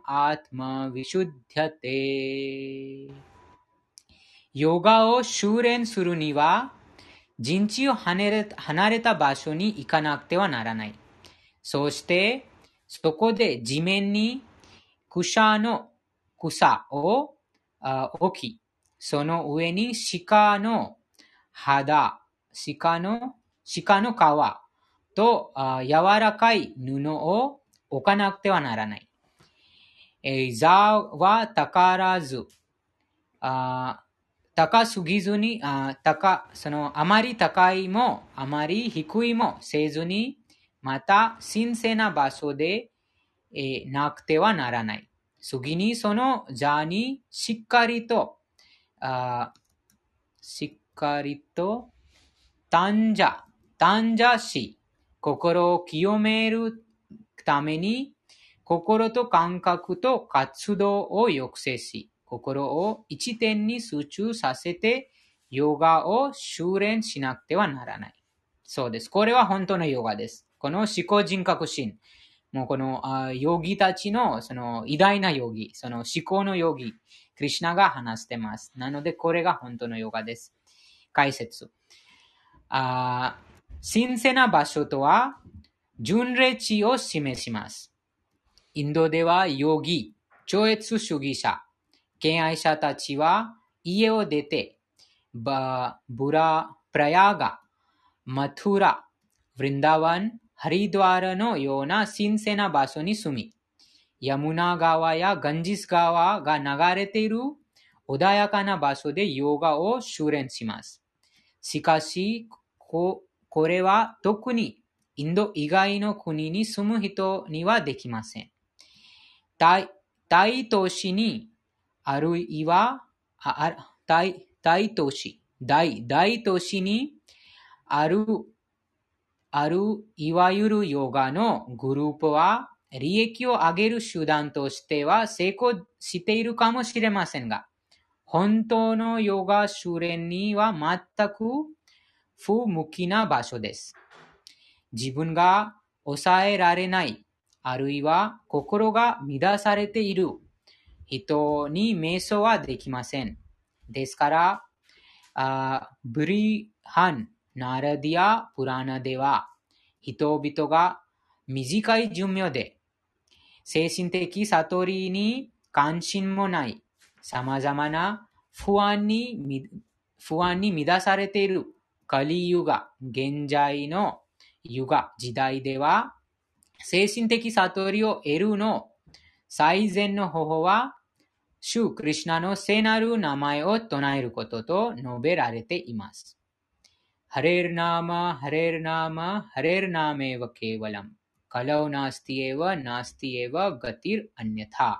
आत्मविशुद्ध्यते. ヨガを修練するには、陣地を離れ、離れた場所に行かなくてはならない。そして、そこで地面に草の草をあ置き、その上に鹿の肌、鹿の、鹿の皮とあ柔らかい布を置かなくてはならない。えー、座はたからず、あ高すぎずに、あ高、その、あまり高いも、あまり低いもせずに、また、神聖な場所で、えーなくてはならない。次に、その座にしっかりと、あしっかりと、短者、短者し、心を清めるために、心と感覚と活動を抑制し、心を一点に集中させて、ヨガを修練しなくてはならない。そうです。これは本当のヨガです。この思考人格心。もうこのあヨギたちのその偉大なヨギ、その思考のヨギ、クリシュナが話してます。なのでこれが本当のヨガです。解説。あ神聖な場所とは、巡礼地を示します。インドではヨギ、超越主義者、敬愛者たちは家を出て、バブラ、プラヤガ、マトゥラ、ヴリンダワン、ハリドワラのような神聖な場所に住み、ヤムナ川やガンジス川が流れている穏やかな場所でヨガを修練します。しかし、こ、これは特にインド以外の国に住む人にはできません。大、大都市に、あるいは、あ大、大都市、大、大都市にある、あるいわゆるヨガのグループは、利益を上げる手段としては成功しているかもしれませんが、本当のヨガ修練には全く不向きな場所です。自分が抑えられない、あるいは心が乱されている人に瞑想はできません。ですから、あブリハン・ナラディア・プラナでは、人々が短い寿命で精神的悟りに関心もない様々な不安に、不安に乱されているカリユガ、現在のユガ時代では、精神的悟りを得るの最善の方法は、主クリシュナの聖なる名前を唱えることと述べられています。ハレルナーマ、ハレルナーマ、ハレルナーメーヴァケーヴァラム。カラウナスティエヴァ、ナスティエヴァ、ガティル、アニャタ。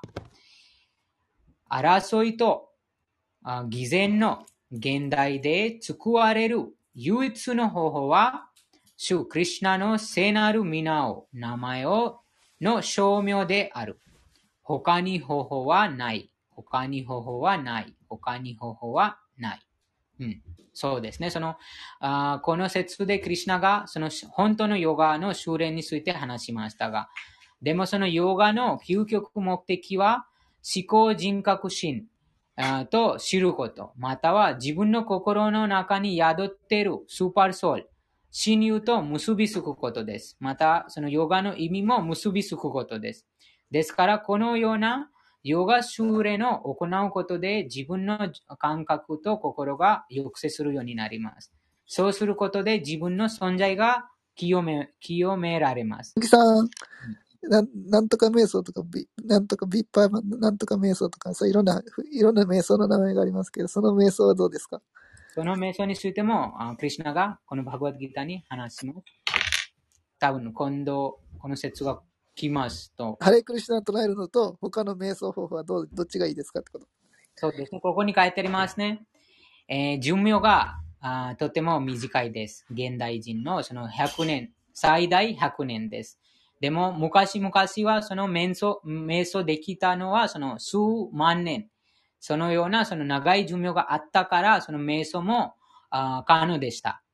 争いと偽善の現代で救われる唯一の方法は、主クリシュナの聖なる皆を、名前をの証明である。他に方法はない。他に方法はない。他に方法はない。うん、そうですね。そのあこの説でクリシュナがその本当のヨガの修練について話しましたが、でもそのヨガの究極目的は思考人格心と知ること、または自分の心の中に宿っているスーパーソウル、親友と結びつくことです。またそのヨガの意味も結びつくことです。ですからこのようなヨガ修練を行うことで自分の感覚と心が抑制するようになります。そうすることで自分の存在が清め、清められます。 鈴木さん、ななんとか瞑想とか、ビなんとかビッパー、なんとか瞑想とか、そういろんな、いろんな瞑想の名前がありますけど、その瞑想はどうですか？ その瞑想についても、クリシュナがこのバグワッドギターに話します。多分今度、この説が来ますと。 ハレクリシュナと唱えるのと、他の瞑想方法はどうどっちがいいですかってこと。 そうですね。ここに書いてありますね。えー、寿命があとても短いです。現代人のそのひゃくねん、最大ひゃくねんです。でも、昔々はその瞑想、瞑想できたのはその数万年。そのようなその長い寿命があったから、その瞑想もあ可能でした。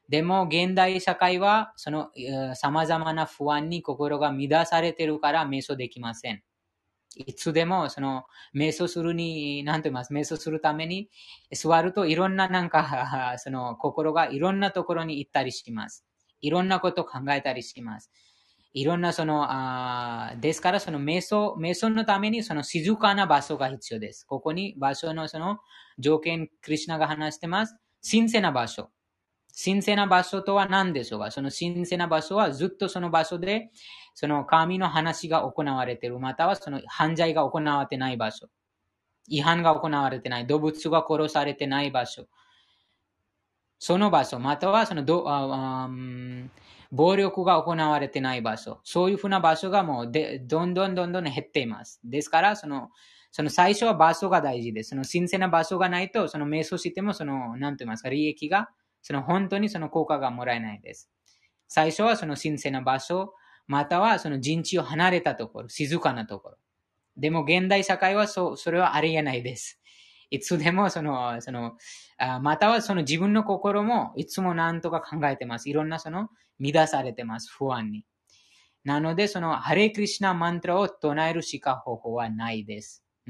でも、現代社会は、その、様々な不安に心が乱されているから、瞑想できません。いつでも、その、瞑想するに、なんて言います、瞑想するために、座るといろんななんか、その、心がいろんなところに行ったりします。いろんなことを考えたりします。いろんなその、あですからその瞑想、瞑想のためにその静かな場所が必要です。ここに場所のその条件、クリシュナが話してます。神聖な場所。神聖な場所とは何でしょうか？その神聖な場所はずっとその場所で、その神の話が行われている。またはその犯罪が行われていない場所。違反が行われていない。動物が殺されていない場所。その場所。またはそのどああ暴力が行われていない場所。そういうふうな場所がもうでどんどんどんどん減っています。ですから、その、その最初は場所が大事です。その神聖な場所がないと、その瞑想しても、その、なんて言いますか、利益が、その本当にその効果がもらえないです。最初はその神聖な場所、またはその陣地を離れたところ、静かなところ。でも現代社会はそそれはありえないです。いつでもその、その、またはその自分の心もいつも何とか考えてます。いろんなその乱されてます。不安に。なのでそのハレクリシナマントラを唱えるしか方法はないです。うん。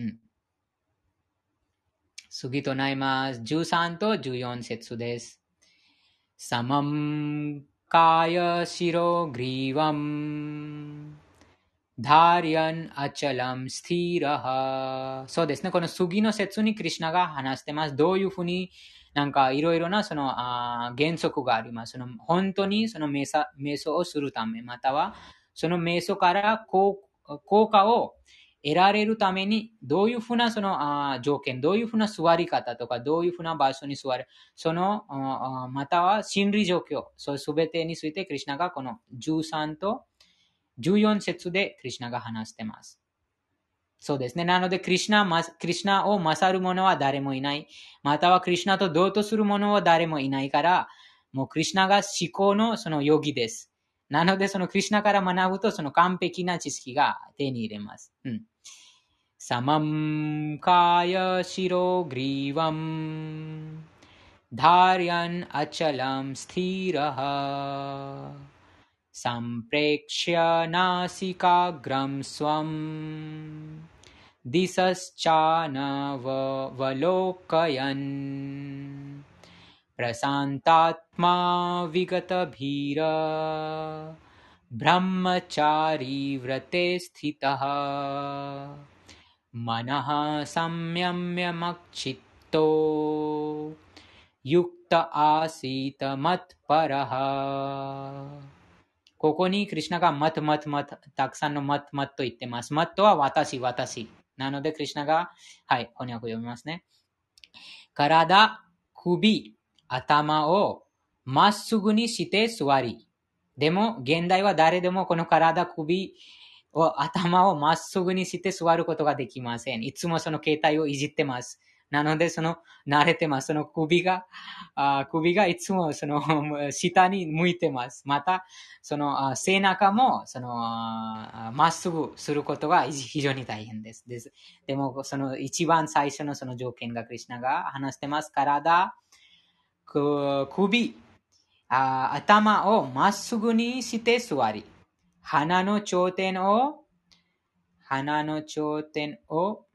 次となります。じゅうさんとじゅうよん節です。サマンカヤシログリーワンダリアンアチャラムスティラハ。そうですね。この次の節にクリシナが話してます。どういうふうになんかいろいろなそのあ原則があります。その本当にその瞑想瞑想をするため、またはその瞑想から効果を得られるために、どういうふうなそのあ条件、どういうふうな座り方とか、どういうふうな場所に座る、そのあまたは心理状況、そうすべてについてクリシナがこのじゅうさんとじゅうよん節でクリシナが話しています。そうですね。なので、クリシナ、クリシナを勝る者は誰もいない。または、クリシナと同等する者は誰もいないから、もうクリシナが思考のそのヨギです。なので、そのクリシナから学ぶと、その完璧な知識が手に入れます。うん。サマンカヤシログリーワンダリアンアチャラムスティラハサンプレクシャナシカグラムスワムディサスチャナヴァロカヤンプラサンタトマヴィガタビラブラマチャリヴラテスティタハマナハサムヤムヤマクチットユクタアシタマトパラハ。ここにクリシナがマトマトマト、たくさんのマトマトと言ってます。マトは私、私。なのでクリシナが、はい、翻訳を読みますね。体、首、頭をまっすぐにして座り。でも、現代は誰でもこの体、首、頭をまっすぐにして座ることができません。いつもその携帯をいじってます。なので、その、慣れてます。その首が、あ首がいつもその、下に向いてます。また、その、背中も、その、まっすぐすることが非常に大変です。です。でも、その一番最初のその条件がクリシナが話してます。体、首、あ頭をまっすぐにして座り。鼻の頂点を、鼻の頂点を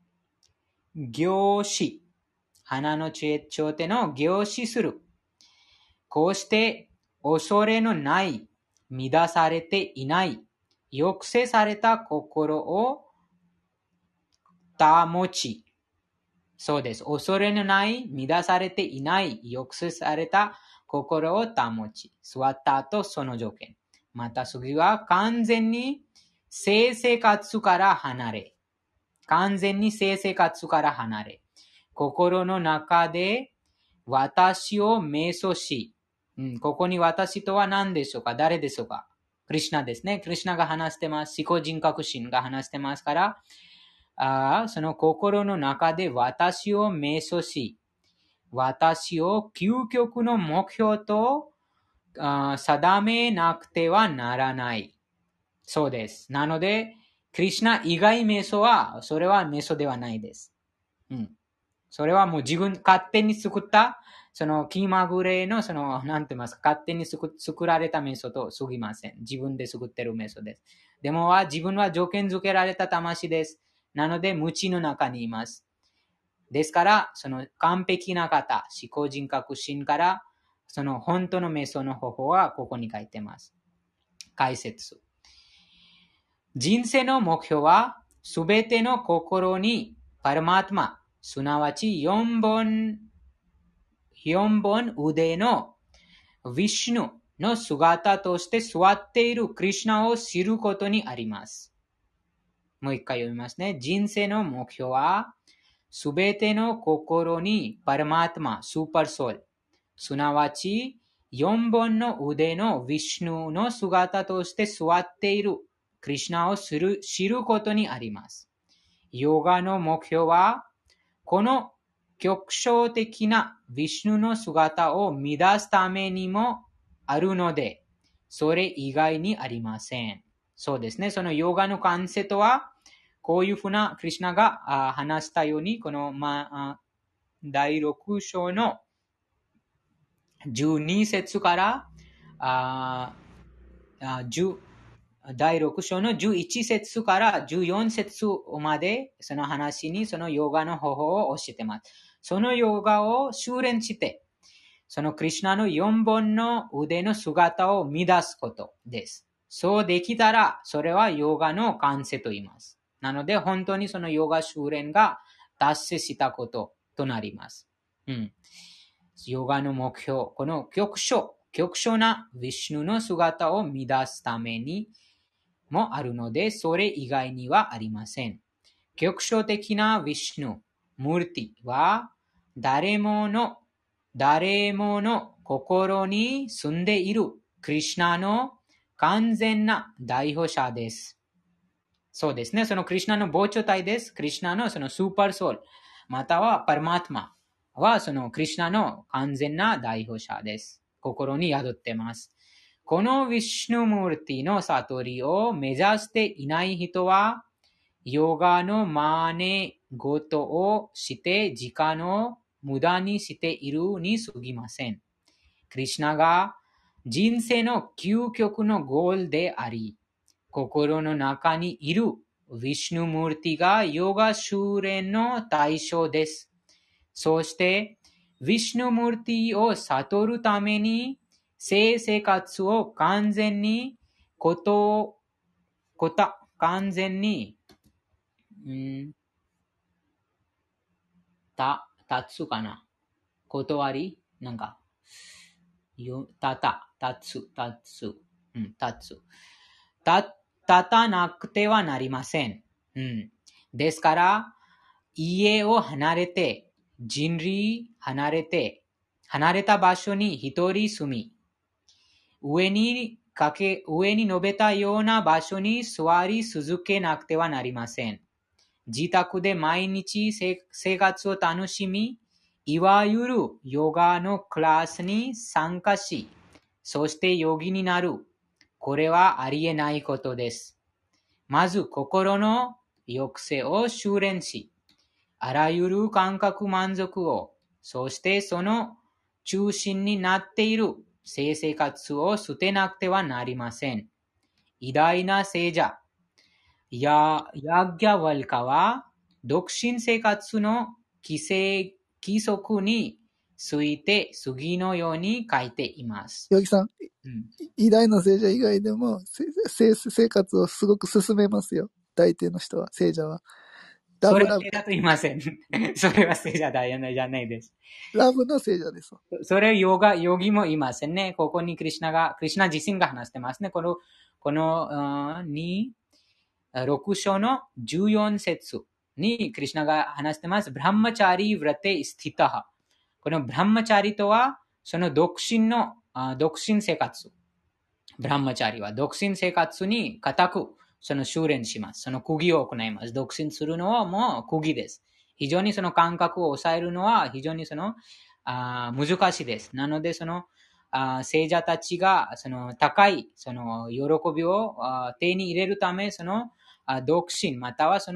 凝視。鼻の頂点を凝視する。こうして、恐れのない、乱されていない、抑制された心を保ち。そうです。恐れのない、乱されていない、抑制された心を保ち。座った後、その条件。また次は完全に性生活から離れ、完全に性生活から離れ、心の中で私を瞑想し、うん、ここに私とは何でしょうか？誰でしょうか？クリシナですね。クリシナが話してます。自己人格心が話してますから、あその心の中で私を瞑想し、私を究極の目標と定めなくてはならない。そうです。なので、クリシナ以外瞑想は、それは瞑想ではないです。うん。それはもう自分勝手に作ったその気まぐれの、その、なんて言いますか、勝手に作作られたメソッドを過ぎません。自分で作ってるメソッドです。でもは、自分は条件付けられた魂です。なので、無知の中にいます。ですから、その完璧な方、思考人格心から、その本当のメソの方法はここに書いてます。解説。人生の目標は、すべての心にパラマートマ、すなわちよんぼん、よんぼん腕のヴィシュヌの姿として座っているクリシュナを知ることにあります。もう一回読みますね。人生の目標は、すべての心にパラマートマ、スーパーソウル、すなわちよんぼんの腕のヴィシュヌの姿として座っているクリシュナを知る、知ることにあります。ヨガの目標は、この局所的なヴィシュヌの姿を乱すためにもあるので、それ以外にありません。そうですね。そのヨガのコンセプトは、こういうふうなクリシュナが話したように、この、まあ、だいろく章のじゅうに節からああだいろく章のじゅういち節からじゅうよん節までその話にそのヨガの方法を教えてます。そのヨガを修練して、そのクリシュナのよんぼんの腕の姿を乱すことです。そうできたら、それはヨガの完成と言います。なので、本当にそのヨガ修練が達成したこととなります。うん。ヨガの目標、この局所、局所なヴィシュヌの姿を乱すためにもあるので、それ以外にはありません。局所的なヴィシュヌ、ムーティは、誰もの、誰もの心に住んでいるクリシュナの完全な代表者です。そうですね。そのクリシュナの膨張体です。クリシュナのそのスーパーソウル、またはパラマートマはそのクリシュナの完全な代表者です。心に宿っています。このヴィシュヌムーティの悟りを目指していない人は、ヨガの真似事をして時間を無駄にしているに過ぎません。クリシュナが人生の究極のゴールであり、心の中にいるヴィシュヌムーティがヨガ修練の対象です。そして、ヴィシュヌムーティを悟るために、性生活を完全に、こと、こた、完全に、んた、立つかな断りなんか、よ、たた、立つ、立つ、うん、立つ。た、立たなくてはなりません。うん。ですから、家を離れて、人類離れて、離れた場所に一人住み、上にかけ、上に述べたような場所に座り続けなくてはなりません。自宅で毎日生活を楽しみ、いわゆるヨガのクラスに参加し、そしてヨギになる。これはありえないことです。まず心の抑制を修練し、あらゆる感覚満足を、そしてその中心になっている性生活を捨てなくてはなりません。偉大な聖者、ヤヤギャワルカは、独身生活の規制、規則について次のように書いています。 ヨギさん、 うん、 偉大な聖者以外でも、せせ生活をすごく進めますよ。大抵の人は、聖者は。ラブラブ。 それは聖者と言いません。それは聖者だよね、じゃないです。 ラブの聖者です。 それヨガ、ヨギも言いませんね。ここにクリシュナが、クリシュナ自身が話してますね。この、この、に、ろく章のじゅうよん節にクリシュナが話してます。ブランマチャリ・ヴラテ・スティタハ。このブランマチャリとは、その独身の、独身生活。ブランマチャリは独身生活に固くその修練します。その釘を行います。独身するのはもう釘です。非常にその感覚を抑えるのは非常にそのあ難しいです。なのでそのあ聖者たちがその高いその喜びを手に入れるため、その独身またはその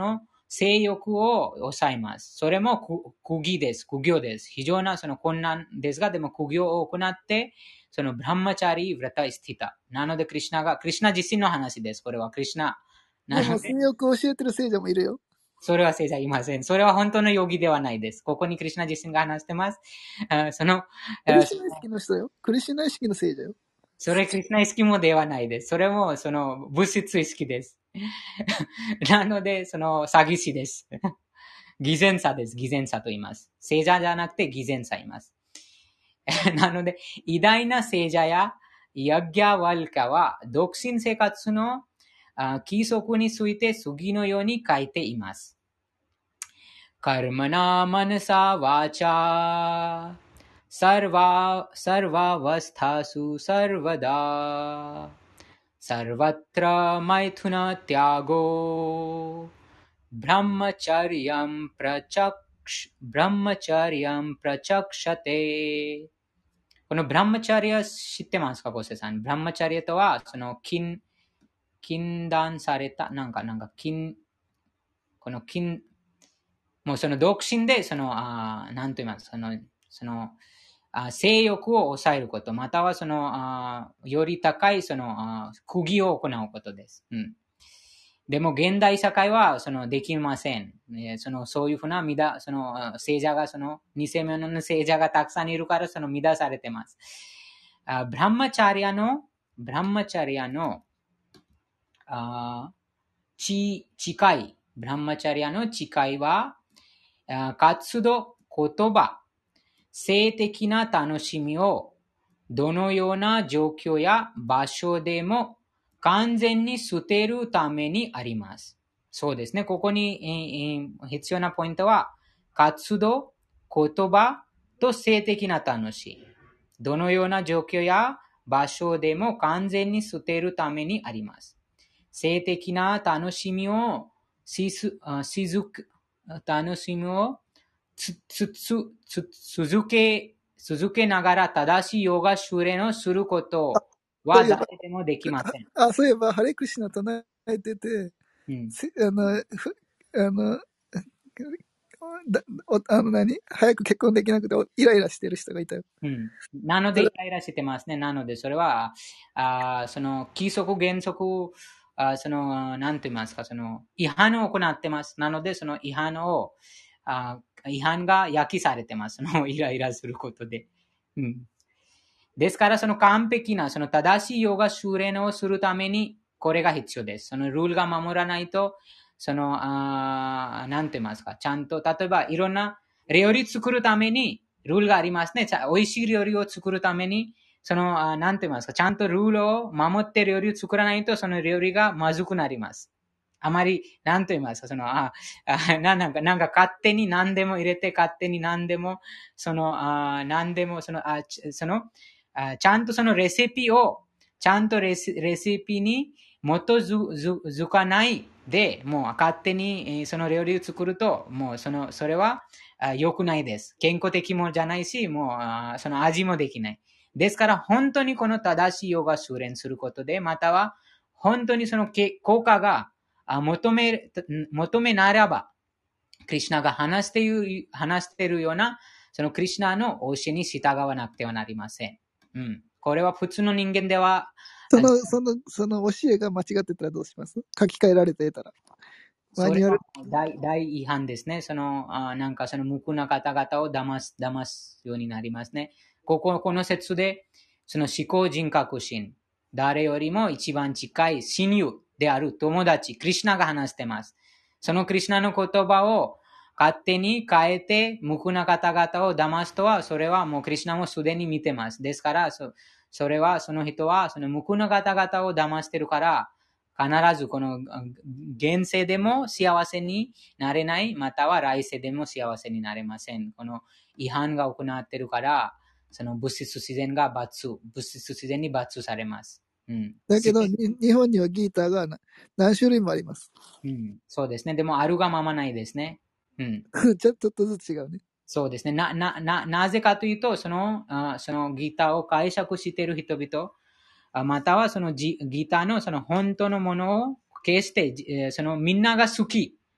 性欲を抑えます。それも苦行です。苦行です。非常なその困難ですが、でも苦行を行って、そのブランマチャリー・ヴラタ・スティタ。なので、クリシナが、クリシナ自身の話です。これはクリシナ。なでも、 ので、 性欲を教えてる聖者もいるよ。 それは聖者いません。それは本当のヨギではないです。ここにクリシナ自身が話してます。あその、 クリシュナ意識の人よ。クリシュナ意識の聖者よ。 それクリシナ意識もではないです。それもその物質意識です。なので、その詐欺師です。偽善者です。偽善者と言います。聖者じゃなくて偽善者います。なので、偉大な聖者やヤギャワルカは独身生活の規則について次のように書いています。カルマナマナサワチャサルバサルバワスタスサルバダサルバトラマイトゥナティアゴブランマチャリアンプラチャクシブランマチャリアンプラチャクシャテ。このブランマチャリア知ってますか、ゴセさん。ブランマチャリアとは、その禁、禁断された、なんか、なんか、禁、この禁、もうその独身で、その、あなんと言います、その、その、あ性欲を抑えること、またはその、あより高い、その、あ苦行を行うことです。うん。でも現代社会はそのできません。そのそういうふうな乱、その聖者がその偽物の聖者がたくさんいるからその乱されてます。あブランマチャリアの、ブランマチャリアの、あち、誓い、ブランマチャリアの誓いは、活動、言葉、性的な楽しみをどのような状況や場所でも完全に捨てるためにあります。そうですね。ここに必要なポイントは、活動、言葉と性的な楽しみ。どのような状況や場所でも完全に捨てるためにあります。性的な楽しみを、しず、しずく、楽しみをつ、つ、つ、つ、続け、続けながら正しいヨガ修練をすることは誰でもできません。 あ、そういえば、ハレクシナ唱えてて、うん、あの、ふあの、だあの何早く結婚できなくてイライラしてる人がいたよ。 うん。なのでイライラしてますね。なのでそれは、あその規則原則、あその、なんと言いますか、その違反を行ってます。なのでその違反を、あ違反が焼きされてます。そのイライラすることで。うん。ですからその完璧な、その正しいヨガ修練をするために、これが必要です。そのルールが守らないと、その、あなんて言いますか、ちゃんと、例えばいろんな料理作るために、ルールがありますね。美味しい料理を作るために、その、あなんて言いますか、ちゃんとルールを守って料理を作らないと、その料理がまずくなります。あまり、なんと言いますか、その、あ、あなんか、なんか勝手に何でも入れて、勝手に何でも、その、あ何でも、その、あその、あちゃんとそのレシピを、ちゃんとレシレシピに基づかないで、もう勝手にその料理を作ると、もうその、それは良くないです。健康的もじゃないし、もうその味もできない。ですから本当にこの正しいヨガ修練することで、または本当にその効果が求め、求めならば、クリシナが話している、話しているような、そのクリシナの教えに従わなくてはなりません。うん。これは普通の人間では、 その、その、その教えが間違ってたらどうします？書き換えられてたら。 それは大、大違反ですね。その、あなんかその無垢な方々を騙す、騙すようになりますね。ここ、この説で、その思考人格心、誰よりも一番近い親友である友達、クリシナが話しています。そのクリシナの言葉を勝手に変えて、無垢な方々を騙すとは、それはもうクリシナもすでに見てます。ですから、そそれは、その人は、その無垢な方々を騙してるから、必ずこの現世でも幸せになれない、または来世でも幸せになれません。この違反が行ってるから、その物質自然が罰、物質自然に罰されます。うん、 だけど、日本にはギーターが何種類もあります。 うん、そうですね。でも、あるがままないですね。うん。 ちょっとずつ違うね。 そうですね。な、な、な、なぜかというと、その、あそのギターを解釈している人々、またはそのギターのその本当のものを決して、そのみんなが好き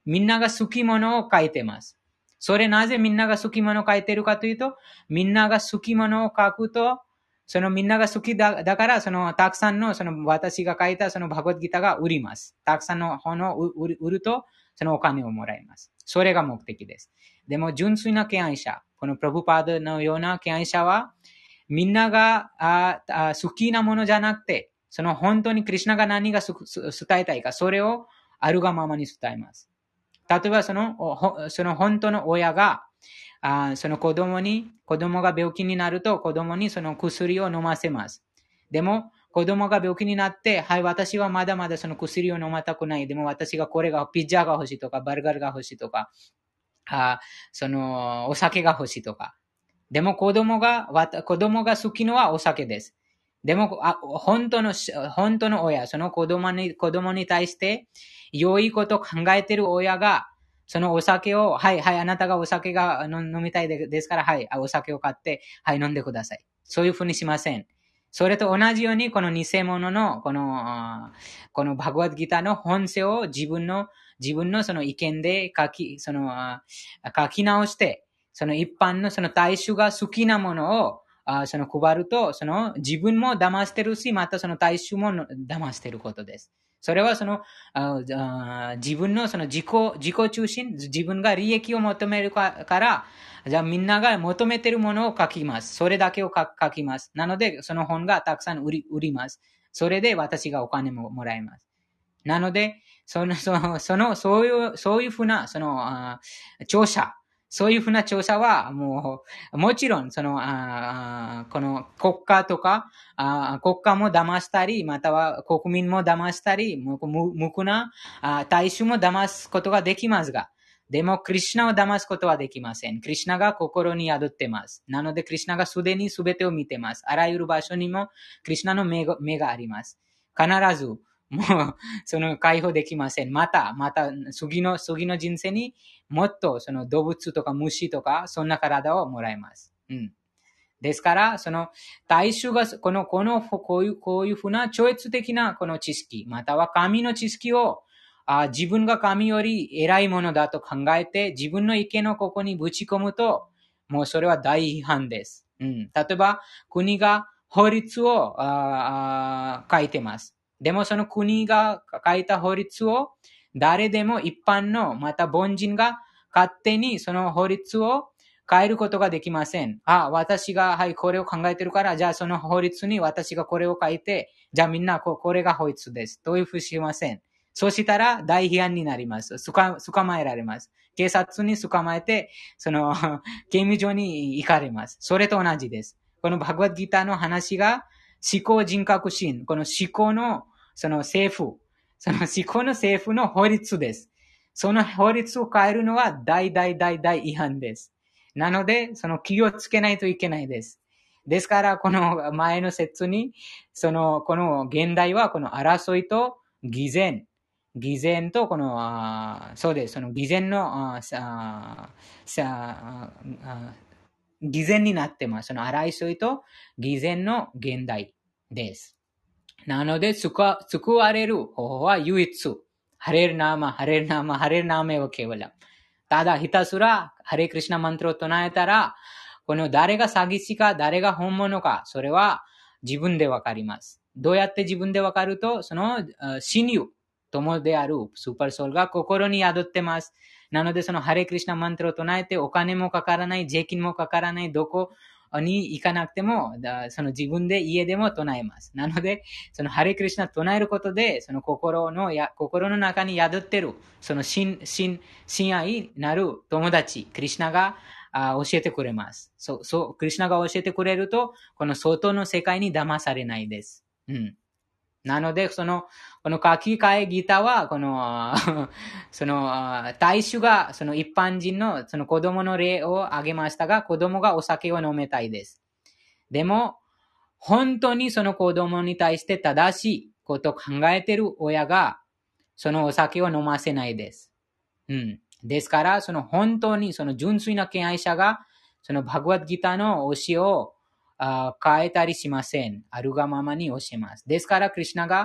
みんなが好きものを書いてます。それなぜみんなが好きものを書いてるかというと、みんなが好きものを書くと、そのみんなが好きだ、だから、そのたくさんの、その私が書いたそのバガバッドギターが売ります。たくさんの本を売る、売ると、そのお金をもらいます。それが目的です。でも、純粋な敬愛者、このプラブパードのような敬愛者は、みんながああ好きなものじゃなくて、その本当にクリシュナが何が伝えたいか、それをあるがままに伝えます。例えばその、その本当の親が、あその子供に、子供が病気になると子供にその薬を飲ませます。でも、子供が病気になって、はい、私はまだまだその薬を飲またくない。でも私がこれが、ピッツァが欲しいとか、バーガーが欲しいとか、あその、お酒が欲しいとか。でも子供が、子供が好きのはお酒です。でも、あ本当の、本当の親、その子供に、子供に対して、良いことを考えている親が、そのお酒を、はい、はい、あなたがお酒が飲みたいですから、はい、お酒を買って、はい、飲んでください。そういうふうにしません。それと同じように、この偽物の、この、このバグワッドギターの本性を自分の、自分のその意見で書き、その、書き直して、その一般のその大衆が好きなものを、あその配ると、その自分も騙してるし、またその大衆も騙してることです。それはその、あ自分のその自己、自己中心、自分が利益を求めるから、じゃあみんなが求めてるものを書きます。それだけを書きます。なので、その本がたくさん売り、売ります。それで私がお金ももらいます。なので、その、その、その、そういう、そういうふうな、その、あ調査、そういうふうな調査は、もう、もちろん、その、あこの国家とかあ、国家も騙したり、または国民も騙したり、無垢なあ大衆も騙すことができますが、でも、クリシュナを騙すことはできません。クリシュナが心に宿ってます。なので、クリシュナがすでに全てを見てます。あらゆる場所にも、クリシュナの目が、目があります。必ず、もう、その解放できません。また、また、次の、次の人生にもっと、その動物とか虫とか、そんな体をもらいます。うん。ですから、その、大衆が、この、この、こういう、こういうふうな超越的なこの知識、または神の知識を、あ自分が神より偉いものだと考えて、自分の意見をここにぶち込むと、もうそれは大違反です。うん。例えば、国が法律をあ書いてます。でもその国が書いた法律を誰でも一般のまた凡人が勝手にその法律を変えることができません。あ、私がはいこれを考えてるから、じゃあその法律に私がこれを書いて、じゃあみんなここれが法律です。というふうにしません。そうしたら大批判になります。捕まえられます。警察に捕まえて、その刑務所に行かれます。それと同じです。このバグワッドギターの話が思考人格心、この思考のその政府、その思考の政府の法律です。その法律を変えるのは大大大大違反です。なので、その気をつけないといけないです。ですから、この前の説に、その、この現代はこの争いと偽善、偽善とこの、あそうです、その偽善の、あささ偽善になってます。その争いと偽善の現代です。なので、救われる方法は唯一。ハレルナーマ、ハレルナーマ、ハレルナーメをケバラ。ただ、ひたすら、ハレクリシナマントを唱えたら、この誰が詐欺師か、誰が本物か、それは自分でわかります。どうやって自分でわかると、その親友、友であるスーパーソウルが心に宿ってます。なので、そのハレクリシナマントを唱えて、お金もかからない、税金もかからない、どこに行かなくても、その自分で家でも唱えます。なので、そのハレクリシナ唱えることで、その心のや、心の中に宿ってる、その親、親、親愛なる友達、クリシナがあ教えてくれます。そう、そう、クリシナが教えてくれると、この外の世界に騙されないです。うん。なので、その、この書き換えギターは、この、その、大衆が、その一般人の、その子供の例を挙げましたが、子供がお酒を飲めたいです。でも、本当にその子供に対して正しいことを考えている親が、そのお酒を飲ませないです。うん。ですから、その本当にその純粋な敬愛者が、そのバグワッドギターの教えをあ変えたりしません。あるがままに教えます。ですから、クリシナが、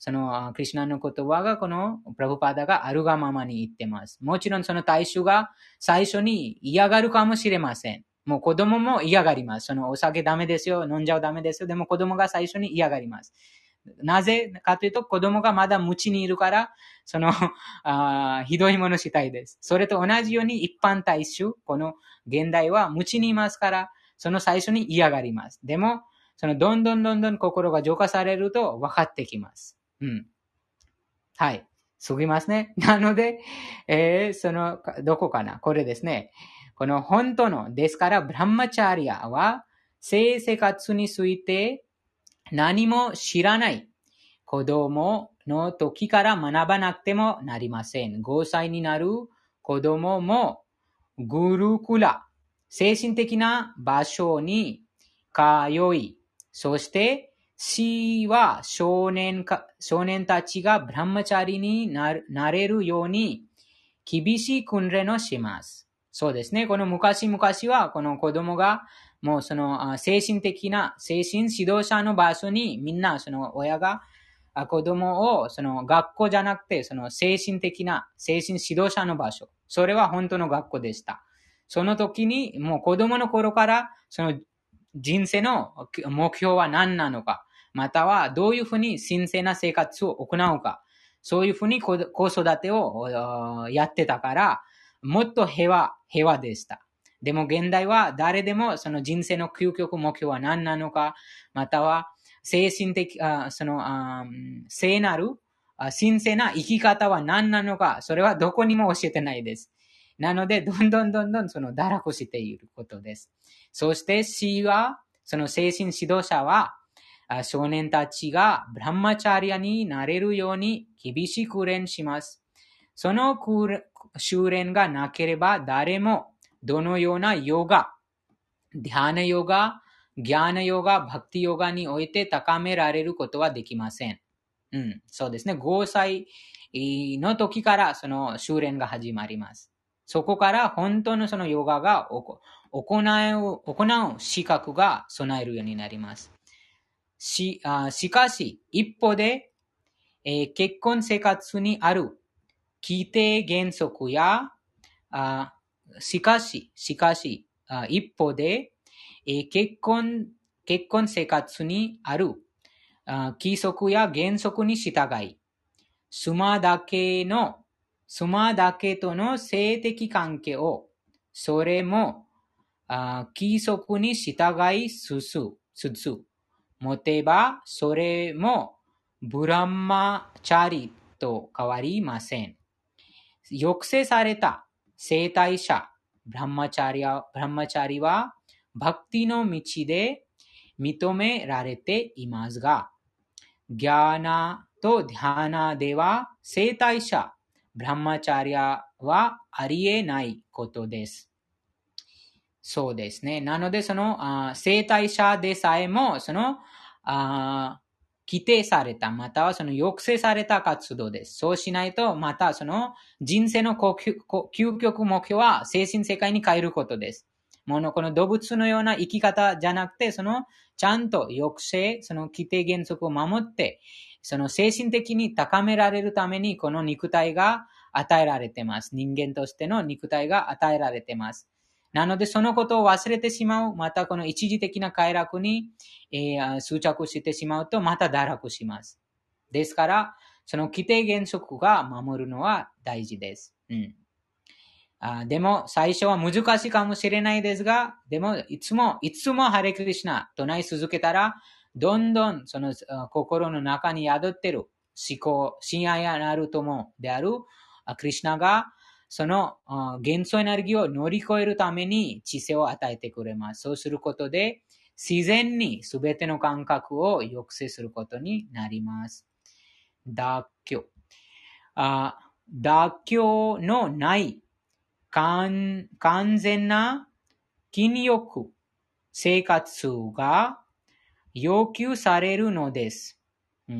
そのクリシュナの言葉がこのプラブパダがあるがままに言ってます。もちろんその大衆が最初に嫌がるかもしれません。もう子供も嫌がります。そのお酒ダメですよ、飲んじゃうダメですよ。でも子供が最初に嫌がります。なぜかというと子供がまだ無知にいるから、そのあひどいものしたいです。それと同じように一般大衆、この現代は無知にいますから、その最初に嫌がります。でも、そのどんどんどんどん心が浄化されると分かってきます。うん。はい。すぎますね。なので、えー、その、どこかなこれですね。この本当の、ですから、ブランマチャリアは、性生活について何も知らない子供の時から学ばなくてもなりません。ごさいになる子供も、グルクラ、精神的な場所に通い、そして、死は少年か、少年たちがブランマチャリになれるように厳しい訓練をします。そうですね。この昔々はこの子供がもうその精神的な精神指導者の場所にみんなその親が子供をその学校じゃなくてその精神的な精神指導者の場所。それは本当の学校でした。その時にもう子供の頃からその人生の目標は何なのか。またはどういうふうに神聖な生活を行うか。そういうふうに子育てをやってたから、もっと平和、平和でした。でも現代は誰でもその人生の究極目標は何なのか、または精神的、その聖なる神聖な生き方は何なのか、それはどこにも教えてないです。なので、どんどんどんどんその堕落していることです。そして死は、その精神指導者は、少年たちがブランマチャリアになれるように厳しく訓練します。その修練がなければ誰もどのようなヨガ、ディャナヨガ、ギャーナヨガ、バクティヨガにおいて高められることはできません。うん、そうですね。ごさいの時からその修練が始まります。そこから本当のそのヨガが行う、行う資格が備えるようになります。し, あしかし、一方で、えー、結婚生活にある規定原則や、あしかし、しかし、あ一方で、えー、結婚、結婚生活にあるあ規則や原則に従い、妻だけの、妻だけとの性的関係を、それも、あ規則に従い進む。持てば、それもブランマチャリと変わりません。抑制された生体者、ブランマチャリア、ブランマチャリは、バクティの道で認められていますが、ギャーナとディャーナでは、生体者、ブランマチャリアはありえないことです。そうですね。なので、その、あ生体者でさえも、その、あ規定された、またはその抑制された活動です。そうしないと、またその人生の究極目標は精神世界に変えることです。ものこの動物のような生き方じゃなくて、そのちゃんと抑制、その規定原則を守って、その精神的に高められるために、この肉体が与えられています。人間としての肉体が与えられています。なので、そのことを忘れてしまう。また、この一時的な快楽に、えー、執着してしまうと、また堕落します。ですから、その規定原則が守るのは大事です。うん。あでも、最初は難しいかもしれないですが、でも、いつも、いつもハレクリシナ唱え続けたら、どんどんその心の中に宿っている思考、親愛なる友であるクリシナが、その元素エネルギーを乗り越えるために知性を与えてくれます。そうすることで、自然にすべての感覚を抑制することになります。脱臼。あ脱臼のない完全な禁欲生活が要求されるのです。うん、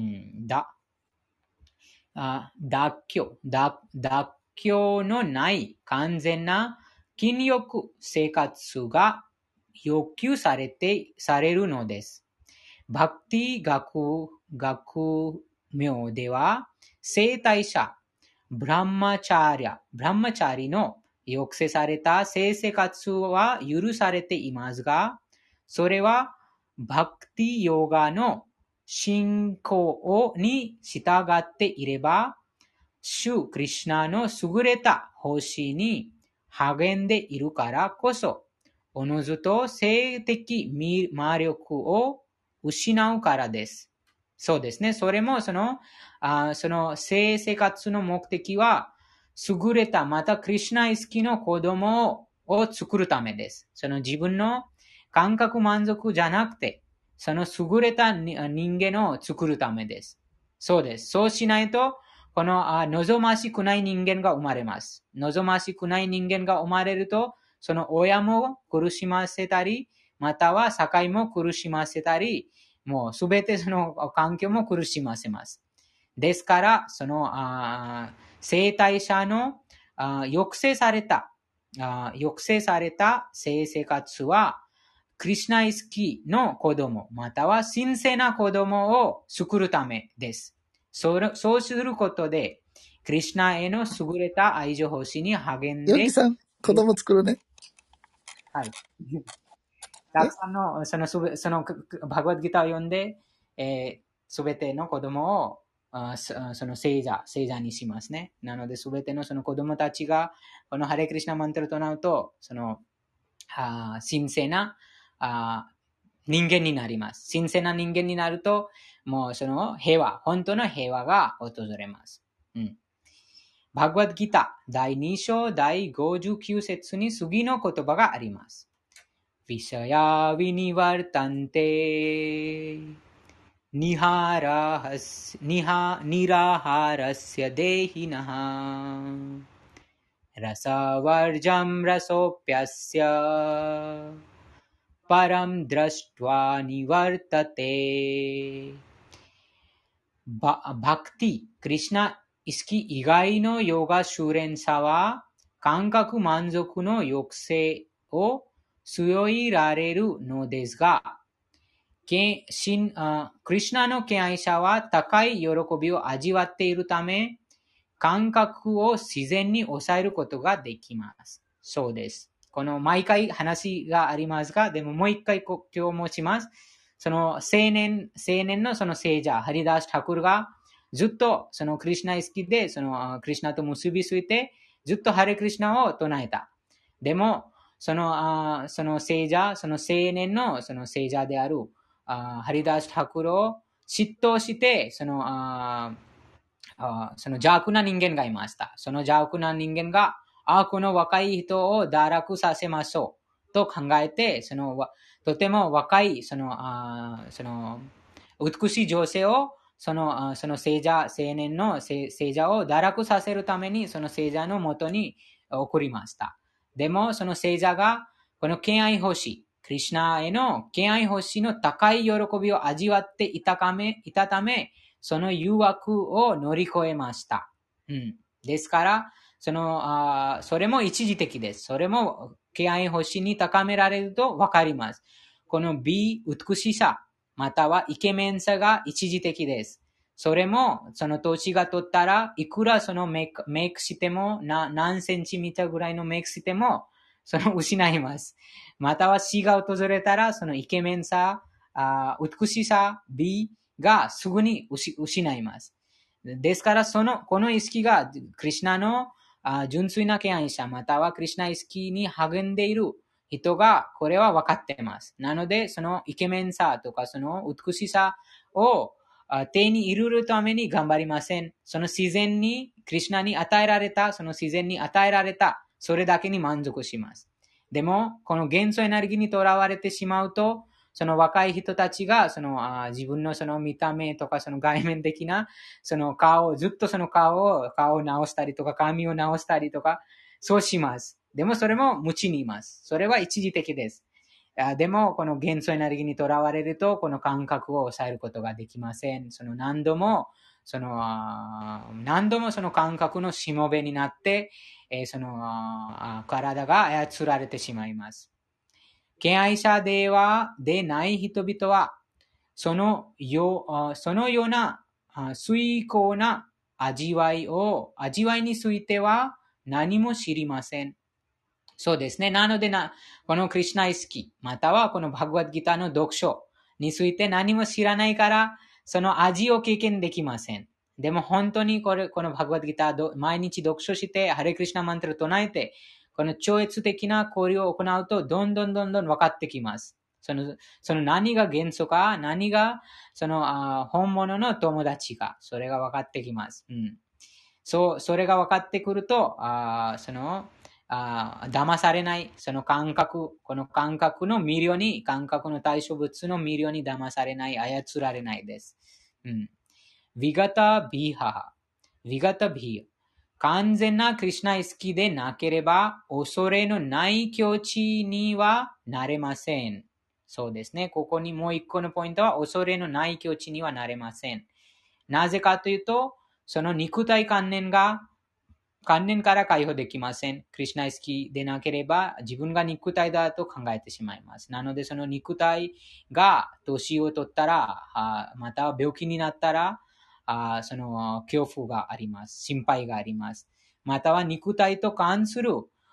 だあ脱臼、脱臼のない完全な禁欲生活が要求されて、されるのです。バクティ学、学名では、生体者、ブランマチャーリャ、ブランマチャーリの抑制された性生活は許されていますが、それはバクティヨガの信仰に従っていれば、シュクリシュナの優れた奉仕に励んでいるからこそ、おのずと性的魔力を失うからです。そうですね。それもその、あその性生活の目的は、優れた、またクリシュナイ好きの子供を作るためです。その自分の感覚満足じゃなくて、その優れた人間を作るためです。そうです。そうしないと、このあ望ましくない人間が生まれます。望ましくない人間が生まれると、その親も苦しませたり、または社会も苦しませたり、もうすべてその環境も苦しませます。ですから、そのあ生体者のあ抑制されたあ、抑制された性生活は、クリシュナイスキの子供、または神聖な子供を作るためです。そうそうすることで、クリシュナへの優れた愛情奉仕に励んで、 ヨギさん、子供作るね。 はい。たくさんの、その、その、バグワッドギターを読んで、す、え、べ、ての子供を、あその聖者、聖者にしますね。なので、すべてのその子供たちが、このハレクリシナマントルとなると、その、あ神聖なあ人間になります。神聖な人間になると、もうその平和、本当の平和が訪れます。うん。バグワッドギターだいに章だいごじゅうきゅう節に次の言葉があります。ヴィシャヤヴィニワルタンテニハラハスニハニラハラスヤデヒナハラサワルジャムラソピャスヤパラムドラシトワニワルタテババクティ、クリシナ意識以外のヨガ修練者は感覚満足の抑制を強いられるのですが、クリシュナの敬愛者は高い喜びを味わっているため、感覚を自然に抑えることができます。そうです。この毎回話がありますが、でももう一回今日もします。その青年、青年のその聖者、ハリダース・タクルがずっとそのクリシュナ好きで、そのクリシュナと結びついて、ずっとハレクリシュナを唱えた。でも、その、その聖者、その青年のその聖者であるハリダース・タクルを嫉妬して、その、あその邪悪な人間がいました。その邪悪な人間が、あこの若い人を堕落させましょうと考えて、そのとても若い、その、あその美しい女性を、その、その聖者、青年の聖者を堕落させるために、その聖者のもとに送りました。でも、その聖者が、この敬愛奉仕、クリシュナへの敬愛奉仕の高い喜びを味わっていたため、いたためその誘惑を乗り越えました。うん、ですから、そのあ、それも一時的です。それも敬愛奉仕に高められるとわかります。この美、美しさ、またはイケメンさが一時的です。それも、その年が取ったらいくらそのメイク、メイクしても、な何センチミターぐらいのメイクしても、その失います。または死が訪れたら、そのイケメンさ、あ美しさ、美がすぐに失います。ですから、その、この意識が、クリシュナのあ純粋な敬愛者、またはクリシュナ意識に励んでいる人が、これは分かっています。なので、そのイケメンさとか、その美しさを手に入れるために頑張りません。その自然に、クリシュナに与えられた、その自然に与えられた、それだけに満足します。でも、この元素エネルギーにとらわれてしまうと、その若い人たちが、そのあ自分のその見た目とか、その外面的な、その顔、ずっとその顔を、顔を直したりとか、髪を直したりとか、そうします。でもそれも無知にいます。それは一時的です。でも、この元素エネルギーにとらわれると、この感覚を抑えることができません。その何度も、その、何度もその感覚のしもべになって、えー、その、体が操られてしまいます。敬愛者では、でない人々は、そのよ、そのような水高な味わいを、味わいについては何も知りません。そうですね。なのでな、このクリシュナ意識、またはこのバグワッドギターの読書について何も知らないから、その味を経験できません。でも本当にこれ、このバグワッドギター毎日読書して、ハレクリシュナマントルを唱えて、この超越的な交流を行うと、どんどんどんどん分かってきます。その、その何が元素か、何がそのあ本物の友達か、それが分かってきます。うん。そう、それが分かってくると、あその、あ騙されない、その感覚、この感覚の魅了に、感覚の対象物の魅了に騙されない、操られないです。うん。ヴィガタビハハ。ヴィガタビハ。完全なクリシュナ意識でなければ、恐れのない境地にはなれません。そうですね。ここにもう一個のポイントは、恐れのない境地にはなれません。なぜかというと、その肉体観念が、観念から解放できません。クリシュナ意識でなければ、自分が肉体だと考えてしまいます。なので、その肉体が年を取ったら、また病気になったら、あその恐怖があります。心配があります。または肉体と関する、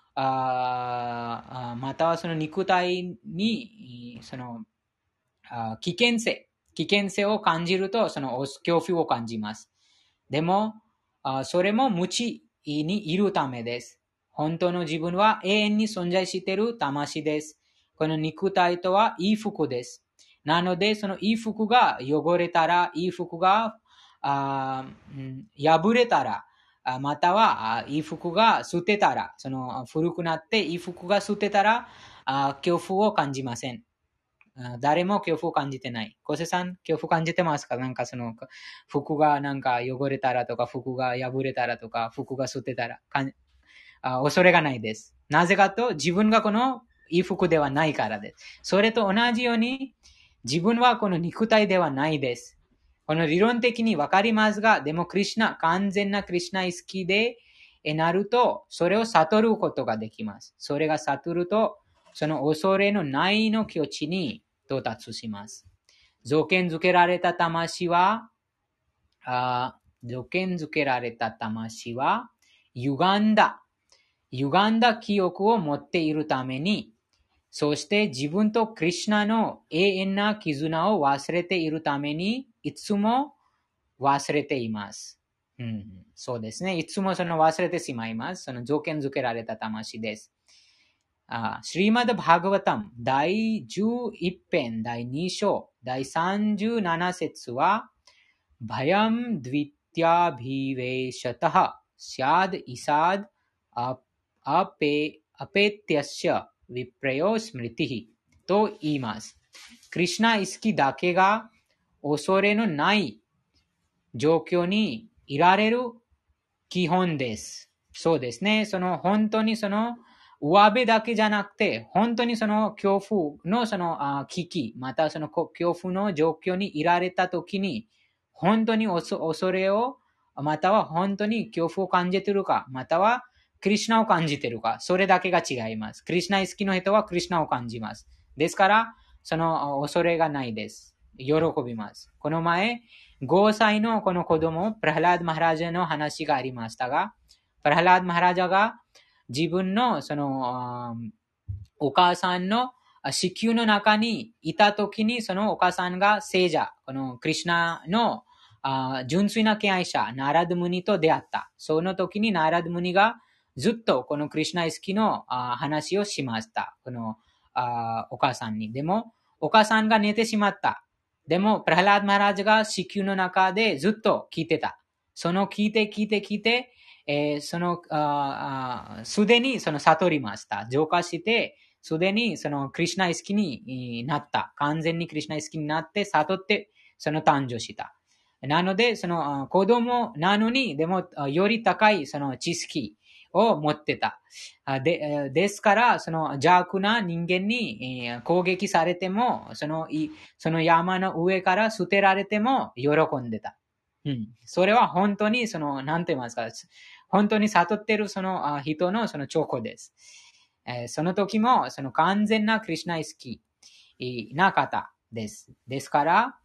あまたはその肉体に、そのあ危険性、危険性を感じると、その恐怖を感じます。でも、あそれも無知にいるためです。本当の自分は永遠に存在している魂です。この肉体とは衣服です。なので、その衣服が汚れたら、衣服があ、うん、破れたら、または衣服が捨てたら、その古くなって衣服が捨てたら、あ恐怖を感じません。誰も恐怖を感じてない。小瀬さん、恐怖感じてますか？なんかその、服がなんか汚れたらとか、服が破れたらとか、服が捨てたらかんあ、恐れがないです。なぜかと、自分がこの衣服ではないからです。それと同じように、自分はこの肉体ではないです。この理論的にわかりますが、でもクリシュナ、完全なクリシュナ意識でなると、それを悟ることができます。それが悟ると、その恐れのないの境地に到達します。条件づけられた魂は、あ条件づけられた魂は、歪んだ、歪んだ記憶を持っているために、そして自分とクリシュナの永遠な絆を忘れているために、いつも忘れています。うん、そうですね。いつもその忘れてしまいます。その条件づけられた魂です。シリマド・バーガバタムだいじゅういち編だいに章だいさんじゅうなな節は、バヤム・ドゥィティア・ビヴェシャタハ・シャド・イサド・アペ・アペティアシャ・ヴィプレヨス・ムリティヒと言います。クリシュナ意識だけが恐れのない状況にいられる基本です。そうですね。その本当にその上辺だけじゃなくて、本当にその恐怖のその危機、またその恐怖の状況にいられたときに、本当に恐れを、または本当に恐怖を感じているか、またはクリシュナを感じているか、それだけが違います。クリシュナ意識の人はクリシュナを感じます。ですから、その恐れがないです。喜びます。この前、ごさいのこの子供、プラハラード・マハラジャの話がありましたが、プラハラード・マハラジャが自分のそのお母さんの子宮の中にいたときに、そのお母さんが聖者、このクリシュナの純粋な敬愛者、ナラドムニと出会った。その時にナラドムニがずっとこのクリシュナ意識の話をしました。このお母さんに。でも、お母さんが寝てしまった。でも、プラハラード・マハラジャが子宮の中でずっと聞いてた。その聞いて聞いて聞いて、えー、その、すでにその悟りました。浄化して、すでにそのクリシュナ意識になった。完全にクリシュナ意識になって、悟って、その誕生した。なので、その子供なのに、でも、より高いその知識を持ってた。で、ですから、その邪悪な人間に攻撃されても、その、その山の上から捨てられても喜んでた。うん。それは本当に、その、なんて言いますか、本当に悟っているその人のその兆候です。えー、その時も、その完全なクリシュナ意識な方です。ですから、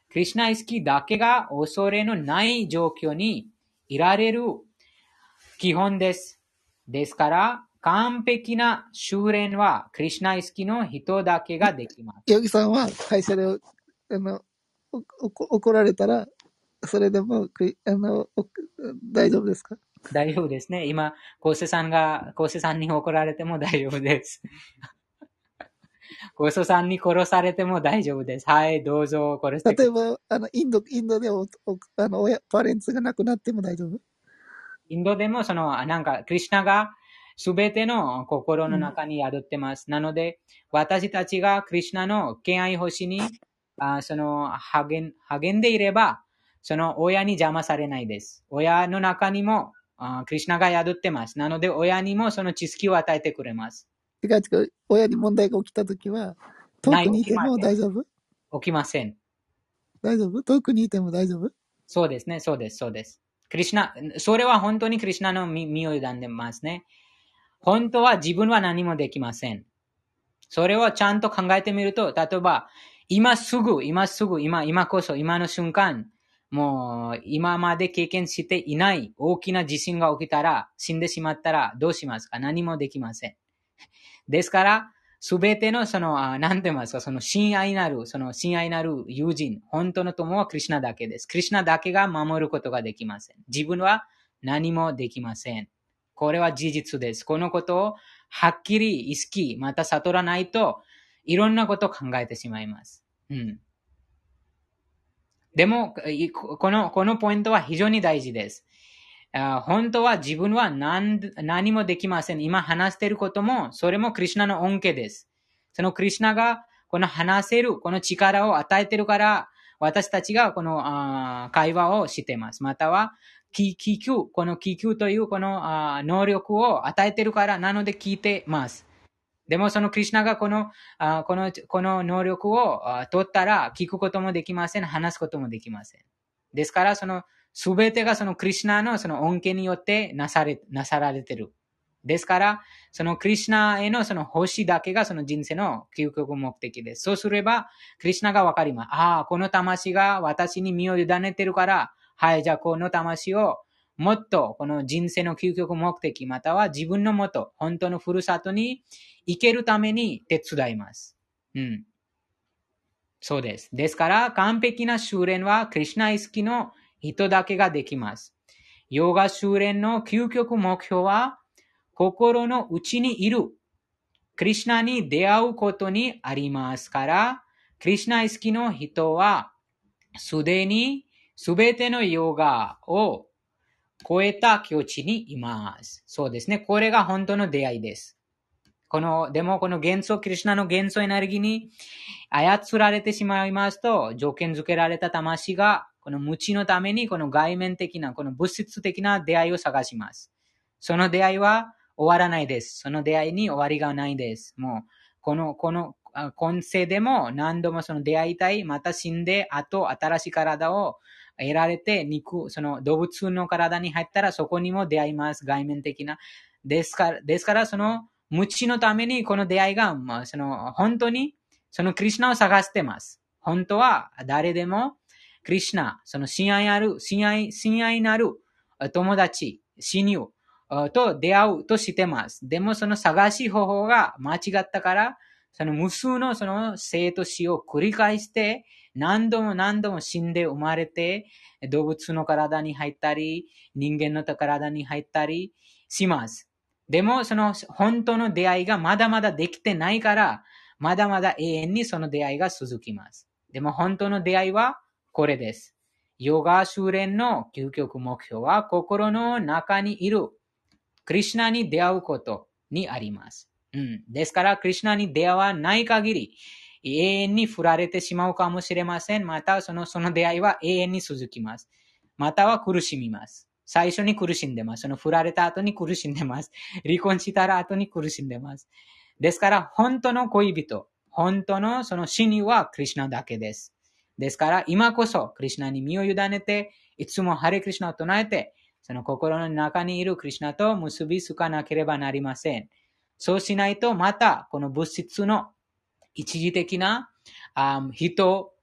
クリシュナ意識だけが恐れのない状況にいられる基本です。ですから、完璧な修練はクリシュナ意識の人だけができます。 ヨギさんは会社で、あの、おお怒られたら、それでも、あの、大丈夫ですか？ 大丈夫ですね。今、コウセさんが、コウセさんに怒られても大丈夫です。コウセさんに殺されても大丈夫です。はい、どうぞ殺してください。 例えば、あの、インド、インドでおおあの親、パレンツが亡くなっても大丈夫？ インドでも、その、なんか、クリシュナがすべての心の中に宿ってます。うん、なので、私たちがクリシュナの敬愛星に、あその励ん、励んでいれば、その親に邪魔されないです。親の中にも、あクリシュナが宿ってます。なので、親にもその知識を与えてくれます。 違う違う。親に問題が起きたときは、遠くにいても大丈夫？ 起きません。 大丈夫？遠くにいても大丈夫？ そうですね、そうです、そうです。クリシュナ、それは本当にクリシュナの身を委んでますね。本当は自分は何もできません。それをちゃんと考えてみると、例えば、今すぐ、今すぐ、今、今こそ、今の瞬間、もう、今まで経験していない大きな地震が起きたら、死んでしまったら、どうしますか？何もできません。ですから、すべての、その、あなんて言いますか、その、親愛なる、その、親愛なる友人、本当の友はクリシュナだけです。クリシュナだけが守ることができません。自分は何もできません。これは事実です。このことを、はっきり意識、また悟らないと、いろんなことを考えてしまいます。うん。でも、この、このポイントは非常に大事です。本当は自分は 何, 何もできません。今話していることも、それもクリシュナの恩恵です。そのクリシュナがこの話せる、この力を与えているから、私たちがこの会話をしています。または、聞く、この聞くというこの能力を与えているから、なので聞いてます。でもそのクリシュナがこの、この、この能力を取ったら、聞くこともできません。話すこともできません。ですから、その、すべてがそのクリシュナのその恩恵によってなされ、なさられている。ですから、そのクリシュナへのその星だけがその人生の究極目的です。そうすれば、クリシュナがわかります。ああ、この魂が私に身を委ねているから、はい、じゃあこの魂をもっとこの人生の究極目的、または自分のもと、本当のふるさとに行けるために手伝います。うん。そうです。ですから、完璧な修練はクリシュナ意識の人だけができます。ヨガ修練の究極目標は、心の内にいるクリシュナに出会うことにありますから、クリシュナ意識の人は、すでにすべてのヨガを超えた境地にいます。そうですね。これが本当の出会いです。この、でもこの元素、クリシュナの元素エネルギーに操られてしまいますと、条件付けられた魂が、この無知のために、この外面的な、この物質的な出会いを探します。その出会いは終わらないです。その出会いに終わりがないです。もう、この、この、今世でも何度もその出会いたい、また死んで、あと新しい体を得られて、肉、その動物の体に入ったらそこにも出会います。外面的な。ですから、ですからその無知のためにこの出会いが、まあ、その本当にそのクリシュナを探してます。本当は誰でもクリシュナ、その親愛ある、親愛、親愛なる友達、親友と出会うとしてます。でもその探し方法が間違ったから、その無数のその生と死を繰り返して、何度も何度も死んで生まれて、動物の体に入ったり、人間の体に入ったりします。でもその本当の出会いがまだまだできてないから、まだまだ永遠にその出会いが続きます。でも本当の出会いはこれです。ヨガ修練の究極目標は心の中にいるクリシュナに出会うことにあります。うん、ですから、クリシュナに出会わない限り、永遠に振られてしまうかもしれません。またその、その出会いは永遠に続きます。または苦しみます。最初に苦しんでます。その振られた後に苦しんでます。離婚したら後に苦しんでます。ですから、本当の恋人、本当のその親友はクリシュナだけです。ですから、今こそクリシュナに身を委ねて、いつもハレクリシュナを唱えて、その心の中にいるクリシュナと結びつかなければなりません。そうしないと、またこの物質の一時的な人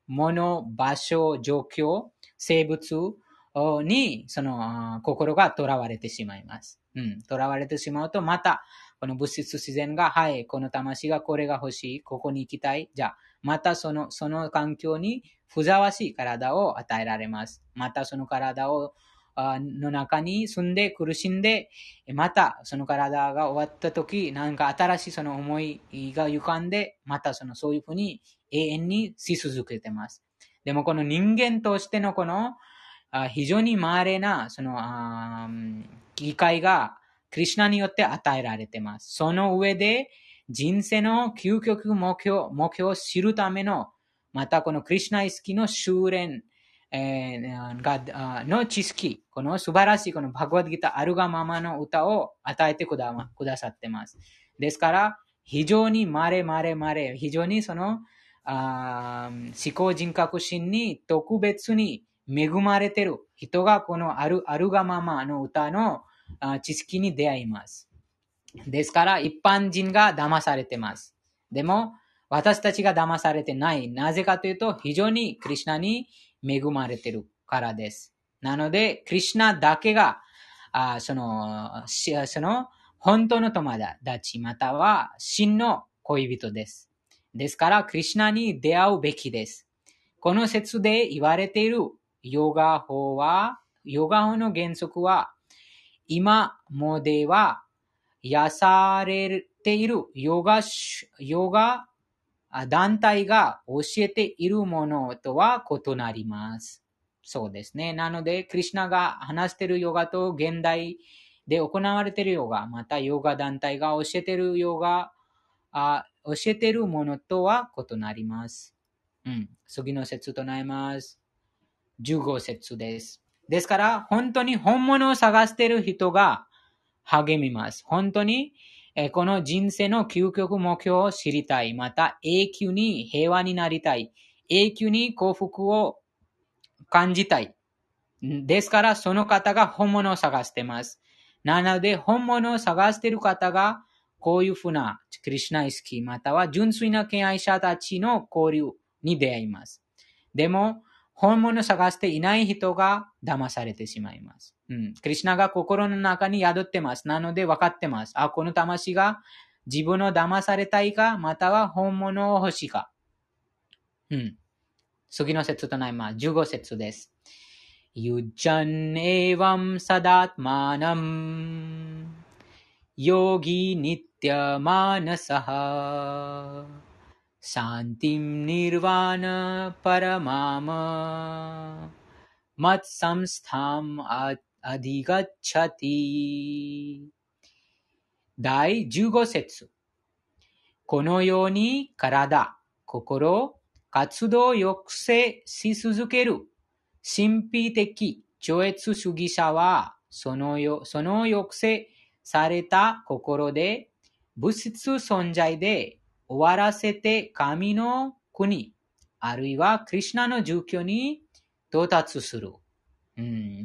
物、場所、状況、生物にその心が囚われてしまいます。うん。囚われてしまうと、また、この物質自然が、はい、この魂がこれが欲しい、ここに行きたい。じゃあ、またその、その環境にふざわしい体を与えられます。またその体を、の中に住んで苦しんで、またその体が終わった時、なんか新しいその思いが浮かんで、またそのそういうふうに永遠にし続けてます。でもこの人間としてのこの非常に稀なその機会がクリシュナによって与えられています。その上で人生の究極目標、目標を知るための、またこのクリシュナ意識の修練、えー、がの知識、この素晴らしいこのバグワッドギターあるがままの歌を与えてくだ、くださっています。ですから、非常に稀稀稀、非常にそのあ思考人格心に特別に恵まれている人がこのある、あるがままの歌の知識に出会います。ですから、一般人が騙されています。でも、私たちが騙されてない。なぜかというと、非常にクリシュナに恵まれているからです。なので、クリシュナだけが、あその、その、本当の友達、または真の恋人です。ですから、クリシュナに出会うべきです。この説で言われているヨガ法は、ヨガ法の原則は、今までは、癒されているヨガ、ヨガ団体が教えているものとは異なります。そうですね。なので、クリシュナが話しているヨガと現代で行われているヨガ、またヨガ団体が教えているヨガ、あ教えているものとは異なります。うん。次の説となります。じゅうご節です。ですから、本当に本物を探している人が励みます。本当に、えこの人生の究極目標を知りたい。また、永久に平和になりたい。永久に幸福を感じたい。ですから、その方が本物を探しています。なので、本物を探している方が、こういうふうなクリシュナ意識、または純粋な敬愛者たちの交流に出会います。でも、本物を探していない人が騙されてしまいます。うん。クリシュナが心の中に宿ってます。なので分かってます。あ、この魂が自分を騙されたいか、または本物を欲しいか。うん。次の説となります。じゅうご節です。ユッジャンエヴァムサダーマナムヨギニティマナサハサンティムニルヴァナパラマママツサムスタムアディガッチャティだいじゅうご節このように体、心、活動を抑制し続ける神秘的超越主義者はそのよその抑制された心で物質存在で終わらせて神の国あるいはクリシュナの住居に到達する。うん、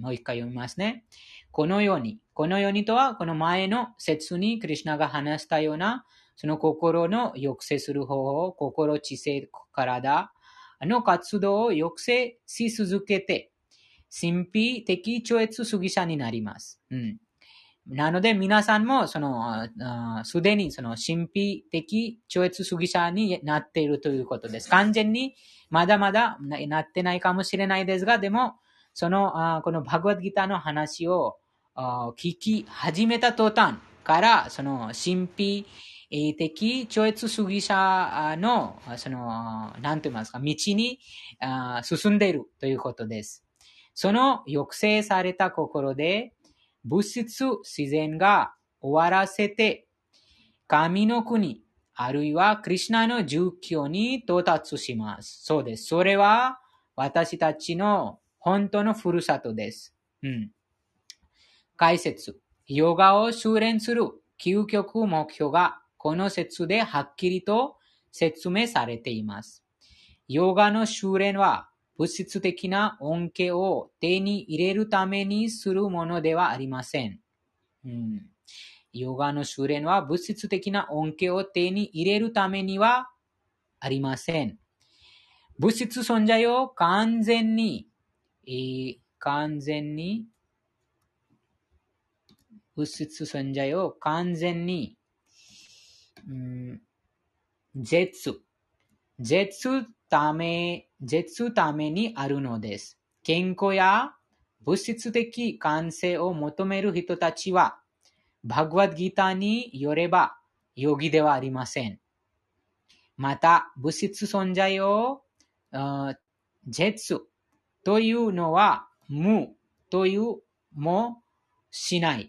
もう一回読みますね。このように、このようにとはこの前の説にクリシュナが話したようなその心の抑制する方法、心、知性、体の活動を抑制し続けて神秘的超越主義者になります。うん、なので皆さんもそのすでにその神秘的超越主義者になっているということです。完全にまだまだなってないかもしれないですが、でもそのこのバグワッドギターの話を聞き始めた途端からその神秘的超越主義者のその何と言いますか道に進んでいるということです。その抑制された心で物質自然が終わらせて神の国あるいはクリシュナの住居に到達します。そうです。それは私たちの本当のふるさとです。うん。解説。ヨガを修練する究極目標がこの説ではっきりと説明されています。ヨガの修練は物質的な恩恵を手に入れるためにするものではありません。うん、ヨガの修練は物質的な恩恵を手に入れるためにはありません。 物質存在を完全に、えー、完全に、物質存在を完全に、うん、絶、絶ため、絶ためにあるのです。健康や物質的完成を求める人たちは、バグワッドギーターによれば、ヨギではありません。また、物質存在を、絶というのは、無というもしない。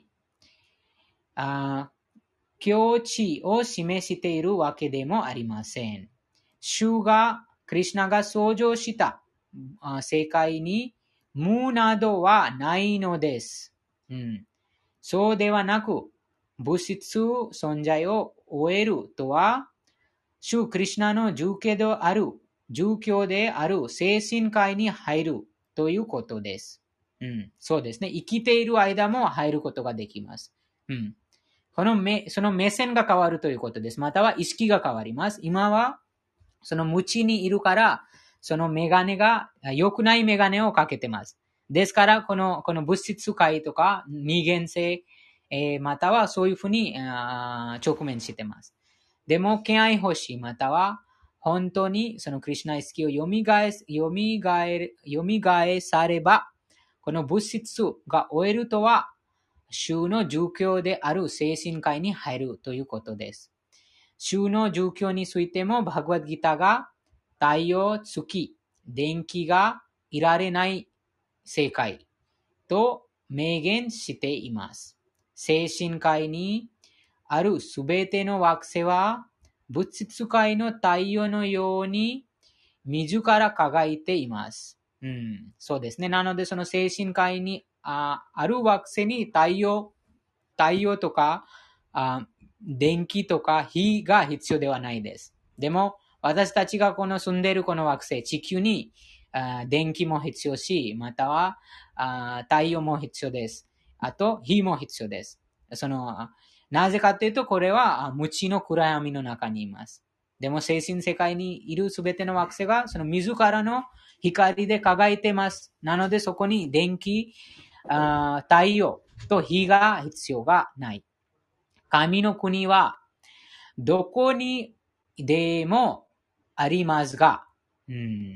境地を示しているわけでもありません。主が、クリシュナが創造した世界に無などはないのです。うん、そうではなく、物質存在を終えるとは、主クリシュナの住居である、住居である精神界に入るということです。うん、そうですね。生きている間も入ることができます。うん、この目、その目線が変わるということです。または意識が変わります。今は、その無知にいるから、そのメガネが、良くないメガネをかけてます。ですから、この、この物質界とか二元性、えー、またはそういうふうに直面してます。でも、敬愛欲しい、または、本当にそのクリシュナ意識を蘇え、蘇えされば、この物質が終えるとは、主の住居である精神界に入るということです。主の住居についても、バグワッドギターが太陽、月、電気がいられない世界と明言しています。精神界にあるすべての惑星は、物質界の太陽のように自ら輝いています。うん、そうですね。なので、その精神界に あ, ある惑星に太陽、太陽とか、あ電気とか火が必要ではないです。でも、私たちがこの住んでいるこの惑星、地球にあ電気も必要し、またはあ太陽も必要です。あと、火も必要です。その、なぜかというと、これは無知の暗闇の中にいます。でも、精神世界にいるすべての惑星が、その自らの光で輝いています。なので、そこに電気、あ太陽と火が必要がない。神の国はどこにでもありますが、うん、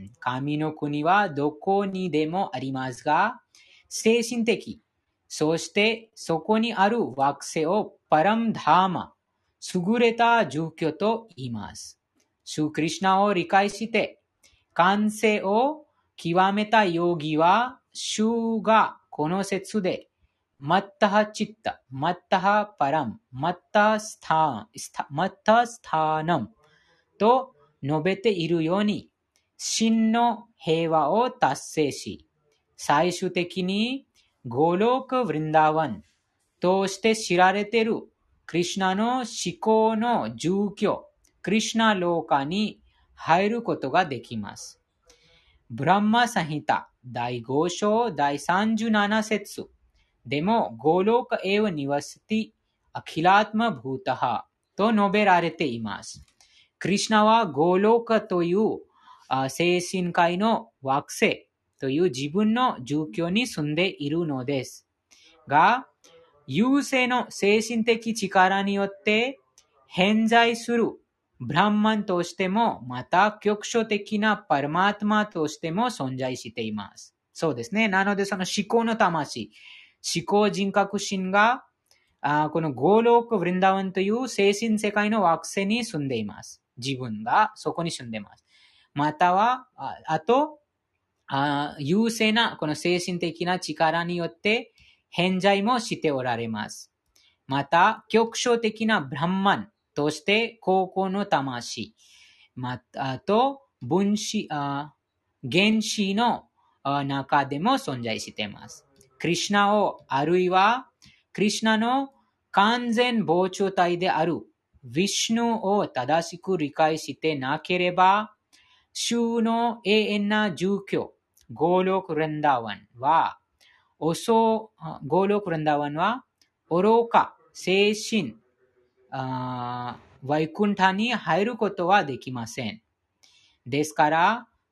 神の国はどこにでもありますが、精神的、そしてそこにある惑星をパラムダーマ、優れた住居と言います。シュークリシュナを理解して、完成を極めたヨギは、シューがこの説で、マッタハチッタ、マッタハパラム、マッタスター、マッタスターナムと述べているように、真の平和を達成し、最終的にゴローク・ヴリンダーワンとして知られているクリシュナの思考の住居、クリシュナローカに入ることができます。ブランマサヒタだいご章だいさんじゅうなな節でも、ゴローカエヴニワスティアキラートマブータハと述べられています。クリシュナはゴローカという精神界の惑星という自分の住居に住んでいるのです。が、優勢の精神的力によって偏在するブランマンとしても、また局所的なパラマートマとしても存在しています。そうですね。なのでその思考の魂、思考人格心が、あこのゴーローク・ヴリンダワンという精神世界の惑星に住んでいます。自分がそこに住んでいます。または、あ, あとあ、優勢なこの精神的な力によって偏在もしておられます。また、局所的なブランマンとして高校の魂、また、あと、分子、あ原子の中でも存在しています。クリシュナを、あるいは、クリシュナの完全膨張体であるヴィシュヌを正しく理解してなければ、主の永遠な住居、ゴーロク・レンダワンは、おそ、ゴーロク・レンダワンは、愚か、精神、ワイクンタに入ることはできません。ですから、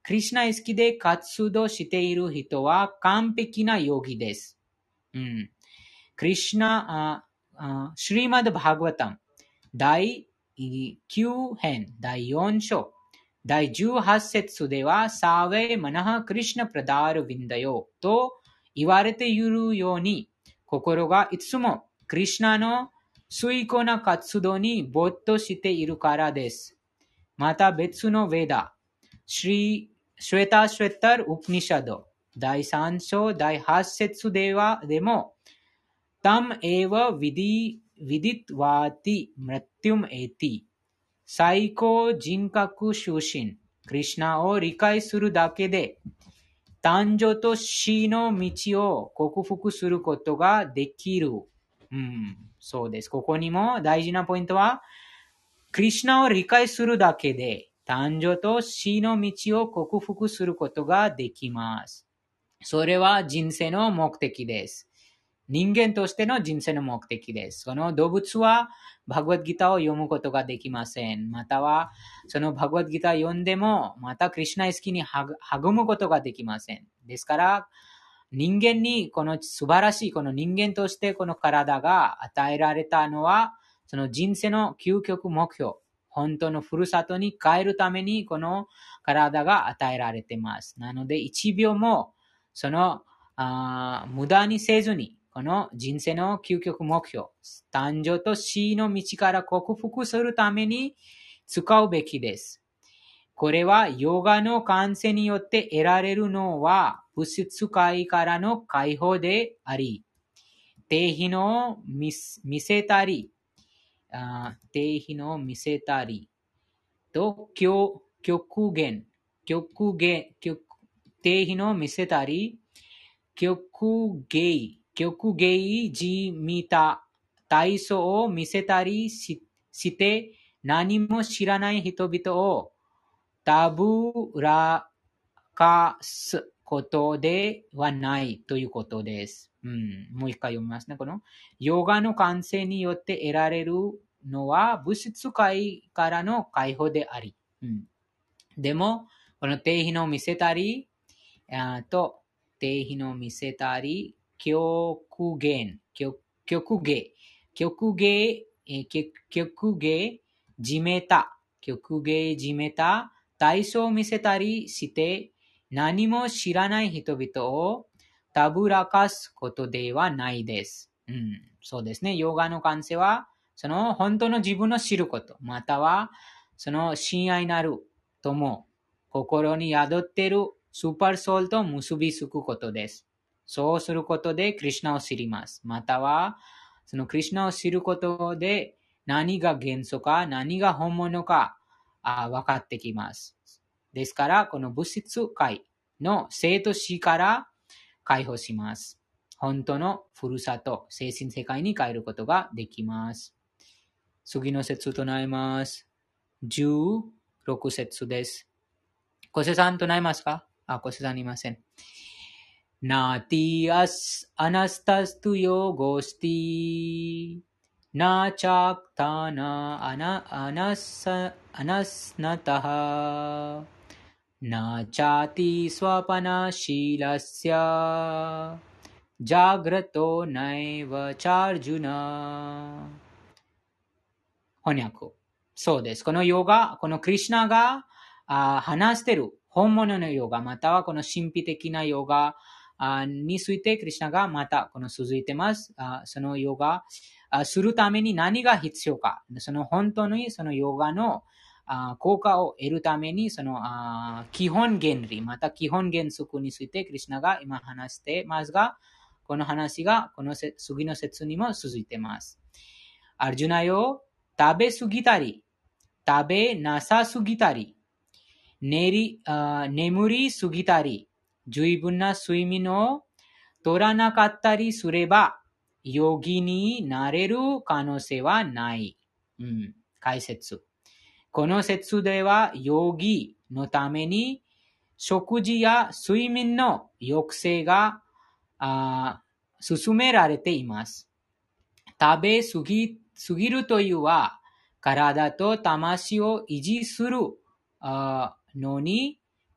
クリシュナ意識で活動している人は完璧なヨギです。うん、クリシュナ、ああシュリマド・バーガバタムだいきゅう編だいよん章だいじゅうはち節ではサーヴェ・マナハ・クリシュナ・プラダール・ヴィンダヨと言われているように、心がいつもクリシュナの崇高な活動に没頭しているからです。また別のヴェダ、シリ・シュエタ・シュエタル・ウプニシャドだいさん章だいはち節ではでも、タムエヴァ・ヴィディ・ヴィディトワーティ・ムラティウム・エティ最高人格出身、クリシュナを理解するだけで、誕生と死の道を克服することができる。うん、そうです。ここにも大事なポイントは、クリシュナを理解するだけで、誕生と死の道を克服することができます。それは人生の目的です。人間としての人生の目的です。その動物はバグワッドギターを読むことができません。または、そのバグワッドギターを読んでも、またクリシュナ意識に育むことができません。ですから、人間にこの素晴らしい、この人間としてこの体が与えられたのは、その人生の究極目標、本当のふるさとに帰るためにこの体が与えられています。なので、一秒もそのあ無駄にせずに、この人生の究極目標、誕生と死の道から克服するために使うべきです。これはヨガの感性によって得られるのは物質界からの解放であり、定比の見せたり、定比の見せたりと極限、極限、定比の見せたり、極芸、極芸じみた体操を見せたり し, して何も知らない人々をたぶらかすことではないということです。うん、もう一回読みますね。このヨガの感性によって得られるのは物質界からの解放であり、うん、でもこの定比の見せたりあと定比の見せたり、極限、極芸、極芸、極芸、じめた、極芸じめた、体操を見せたりして、何も知らない人々をたぶらかすことではないです。うん、そうですね。ヨガの感性は、その本当の自分を知ること、または、その親愛なる友、心に宿っているスーパーソウルと結びつくことです。そうすることでクリシュナを知ります。または、そのクリシュナを知ることで何が元素か、何が本物かあ分かってきます。ですから、この物質界の生と死から解放します。本当のふるさと、精神世界に帰ることができます。次の節となります。じゅうろく節です。小瀬さんとなりますか？あ、小瀬さんいません。ナティアスアナスタストヨゴスティナチャクタナアナアナサアナスナタハナチャティスワパナシーラスヤジャグラトナイワチャージュナ。翻訳。そうです。このヨガ、このクリシュナがあ話している本物のヨガ、またはこの神秘的なヨガについてクリシュナがまたこの続いてます。あそのヨガするために何が必要か。その本当にそのヨガのあ効果を得るためにそのあ基本原理、また基本原則についてクリシュナが今話してますが、この話がこの次の説にも続いてます。アルジュナよ、食べすぎたり、食べなさすぎたり、寝りあ眠りすぎたり、十分な睡眠を取らなかったりすれば、ヨギになれる可能性はない。うん、解説。この説では、ヨギのために、食事や睡眠の抑制があ進められています。食べすぎ過ぎるというは、体と魂を維持するのに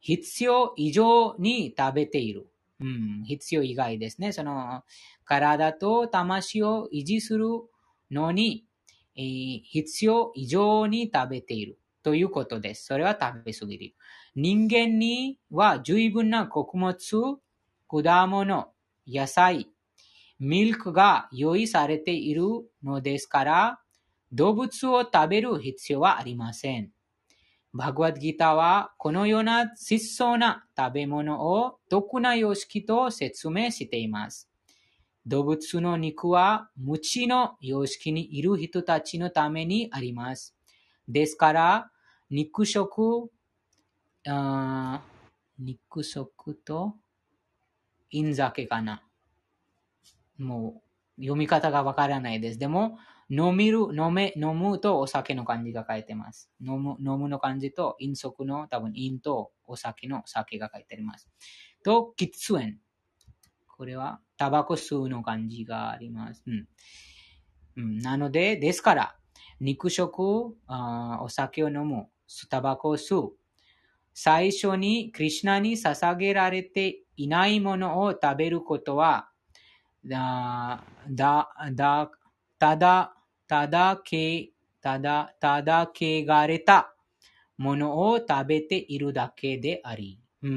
必要以上に食べている。うん、必要以外ですね。その、体と魂を維持するのに、えー必要以上に食べているということです。それは食べ過ぎる。人間には十分な穀物、果物、野菜、ミルクが用意されているのですから、動物を食べる必要はありません。バグワッドギーターはこのような質素な食べ物を特な様式と説明しています。動物の肉は無知の様式にいる人たちのためにあります。ですから、肉食、あー肉食と、イン酒かな。もう、読み方がわからないです。でも、飲みる、飲め、飲むとお酒の漢字が書いてます。飲む、飲むの漢字と、飲食の多分、飲とお酒の酒が書いてあります。と、喫煙。これは、タバコ吸うの漢字があります。うんうん、なので、ですから、肉食、あお酒を飲む、タバコを吸う。最初にクリシュナに捧げられていないものを食べることは、だ、だ、だ、ただ、ただけ、ただ、ただけがれたものを食べているだけであり、うん、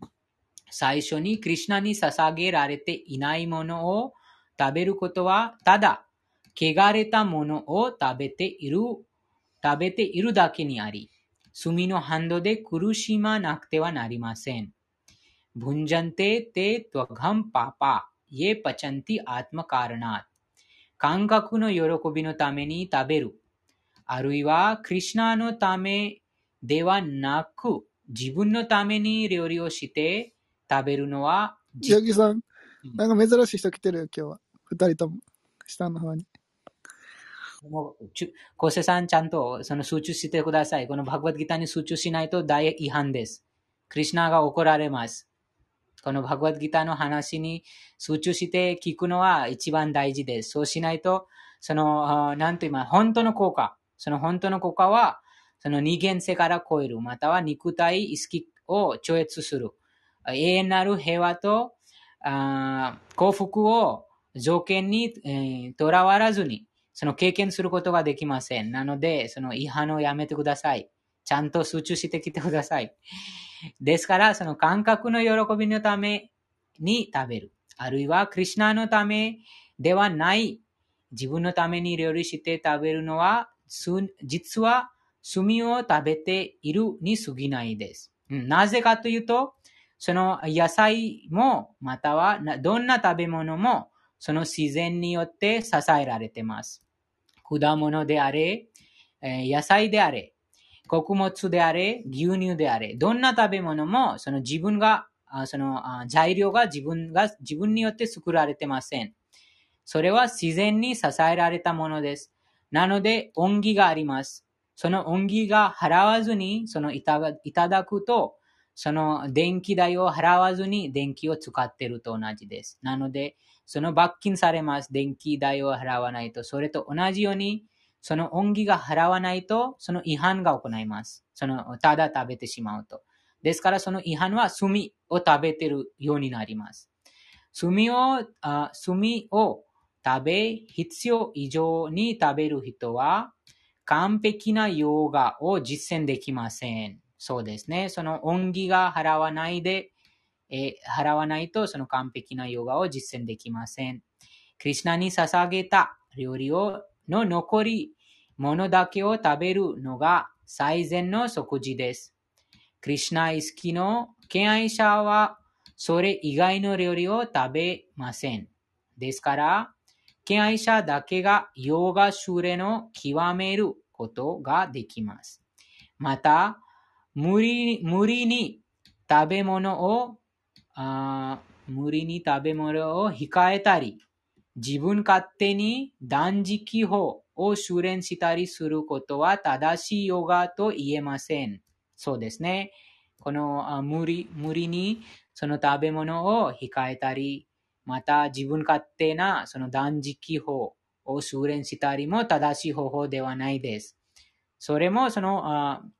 最初にクリシュナに捧げられていないものを食べることは、ただ、汚れたものを食べている、食べているだけにあり、罪のハンドで苦しまなくてはなりません。भुंजन्ते ते त्वघं पापा ये पचन्ति आत्मकारणात्。感覚の喜びのために食べる。あるいは、クリシュナのためではなく、自分のために料理をして食べるのは、 ヤギさん、 うんなんか珍しい人来てるよ、今日は。二人とも。下の方に。 もうちゅコセさんちゃんとその集中してください。このバグワッドギターに集中しないと大違反です。クリシュナが怒られます。このバグワッドギターの話に集中して聞くのは一番大事です。そうしないと、その、あなんと言います、本当の効果。その本当の効果は、その二元性から超える、または肉体意識を超越する。永遠なる平和とあ幸福を条件にとら、えー、わらずに、その経験することができません。なので、その違反をやめてください。ちゃんと集中してきてください。ですから、その感覚の喜びのために食べる。あるいは、クリシュナのためではない、自分のために料理して食べるのは、実は炭を食べているに過ぎないです。なぜかというと、その野菜も、またはどんな食べ物も、その自然によって支えられています。果物であれ、野菜であれ、穀物であれ、牛乳であれ、どんな食べ物も、その自分が、その材料が自分が、自分によって作られてません。それは自然に支えられたものです。なので、恩義があります。その恩義が払わずに、そのいただくと、その電気代を払わずに電気を使っていると同じです。なので、その罰金されます。電気代を払わないと。それと同じように、その恩義が払わないと、その違反が行います。その、ただ食べてしまうと。ですから、その違反は炭を食べているようになります。炭を、あ炭を食べ、必要以上に食べる人は、完璧なヨガを実践できません。そうですね。その恩義が払わないで、え払わないと、その完璧なヨガを実践できません。クリシュナに捧げた料理をの残り物だけを食べるのが最善の食事です。クリシュナ意識の敬愛者はそれ以外の料理を食べません。ですから、敬愛者だけがヨガ修練を極めることができます。また、無理無理に食べ物をあ無理に食べ物を控えたり、自分勝手に断食法を修練したりすることは正しいヨガと言えません。そうですね。この無理、無理にその食べ物を控えたり、また自分勝手なその断食法を修練したりも正しい方法ではないです。それもその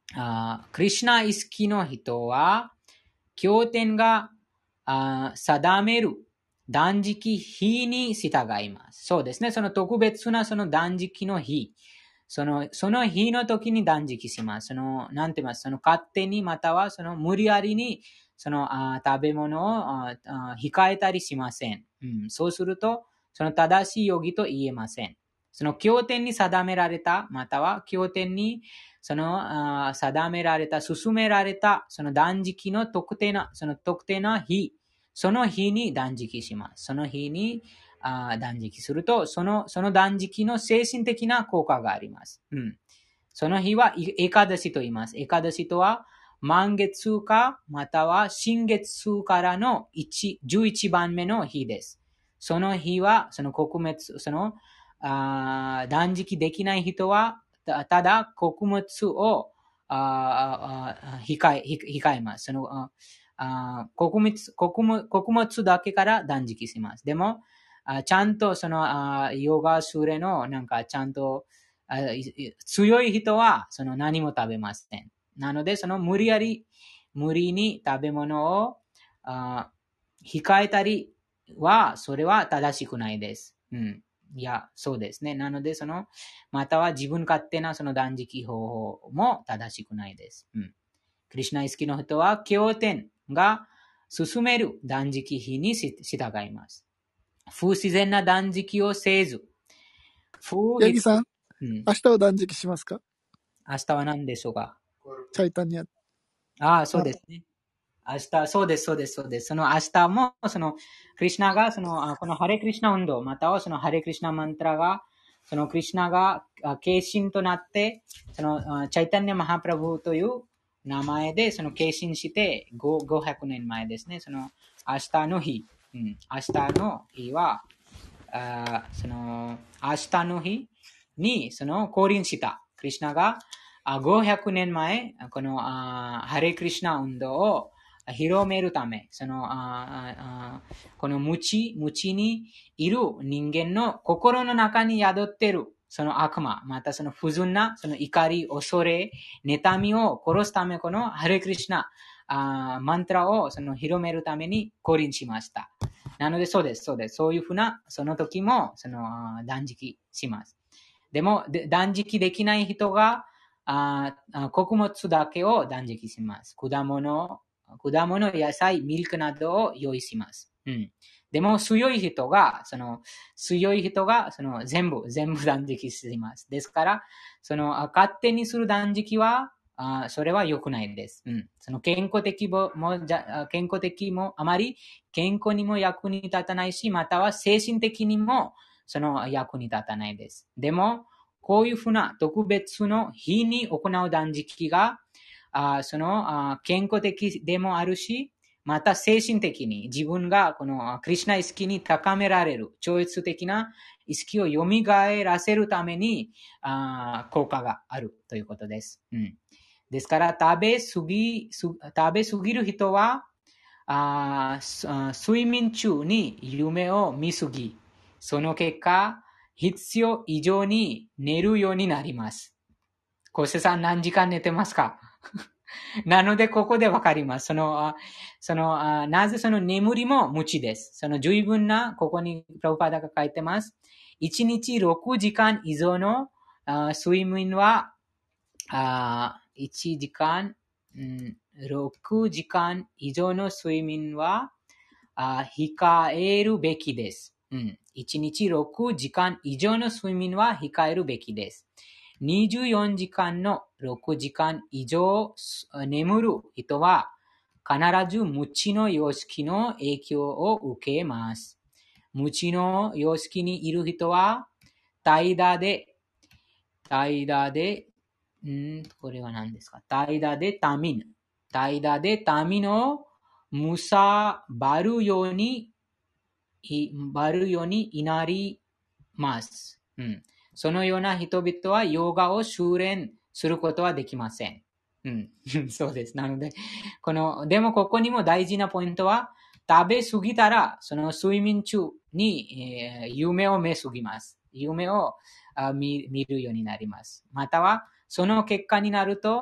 あクリシュナ意識の人は、経典があ定める断食日に従います。そうですね。その特別なその断食の日。その、その日の時に断食します。その、なんて言います。その勝手にまたはその無理やりにそのあ食べ物をああ控えたりしません、うん。そうすると、その正しい容疑と言えません。その経典に定められた、または経典にその定められた、進められた、その断食の特定な、その特定な日、その日に断食します。その日にあ断食すると、その、その断食の精神的な効果があります。うん。その日は、エカダシと言います。エカダシとは、満月か、または新月からのじゅういちばんめの日です。その日は、その穀物、その、あ断食できない人は、ただ穀物をああ控え控えます。そのあ穀物穀物穀物だけから断食します。でも、あちゃんとそのあヨガスーレのなんかちゃんとあ強い人はその何も食べません。なので、その無理やり、無理に食べ物をあ控えたりは、それは正しくないです。うん。いや、そうですね。なので、その、または自分勝手なその断食方法も正しくないです。うん。クリシュナ意識の人は、経典が進める断食日に従います。不自然な断食をせず、不ヤギさん、 うん、 明日は断食しますか？ 明日は何でしょうか？ チャイタニア。 ああ、そうですね。明日、そうです、そうです、そうです。その明日も、その、クリシュナが、その、このハレクリシュナ運動、またはそのハレクリシュナマントラが、そのクリシュナが、化身となって、その、チャイタニアマハプラブという名前で、その化身して、ごひゃくねんまえですね。その、明日の日、うん、明日の日は、あその、明日の日に、その、降臨した。クリシュナが、ごひゃくねんまえ、この、ハレクリシュナ運動を、広めるため、その、ああこの無知、無知にいる人間の心の中に宿っている、その悪魔、またその不純な、その怒り、恐れ、妬みを殺すため、このハレクリシュナあマントラをその広めるために降臨しました。なので、そうです、そうです。そういうふうな、その時も、その断食します。でも、で断食できない人が、あ穀物だけを断食します。果物、果物、野菜、ミルクなどを用意します。うん。でも、強い人が、その、強い人が、その、全部、全部断食します。ですから、その、勝手にする断食は、あそれは良くないです。うん。その、健康的も、もじゃ健康的も、あまり健康にも役に立たないし、または精神的にも、その、役に立たないです。でも、こういうふうな特別の日に行う断食が、あそのあ健康的でもあるし、また精神的に自分がこのクリシュナ意識に高められる超越的な意識を蘇らせるためにあ効果があるということです。うん、ですから、食べ過ぎ、食べ過ぎる人は、あ睡眠中に夢を見すぎ、その結果、必要以上に寝るようになります。小瀬さん何時間寝てますか？なので、ここでわかります。その、その、なぜその眠りも無知です。その十分な、ここにプラブパダが書いてます。いちにちろくじかん以上の睡眠は、いちじかん、うん、ろくじかん以上の睡眠は控えるべきです。うん、いちにちろくじかん以上の睡眠は控えるべきです。にじゅうよじかんのろくじかん以上眠る人は必ず無知の様式の影響を受けます。無知の様式にいる人は怠惰で、怠惰で、んこれは何ですか？怠惰でタミン。怠惰でタミンをむさばるように、ばるように祈ります。うん。そのような人々はヨガを修練することはできません。うん。そうです。なので、この、でもここにも大事なポイントは、食べ過ぎたら、その睡眠中に、えー、夢を見すぎます。夢を見、見るようになります。または、その結果になると、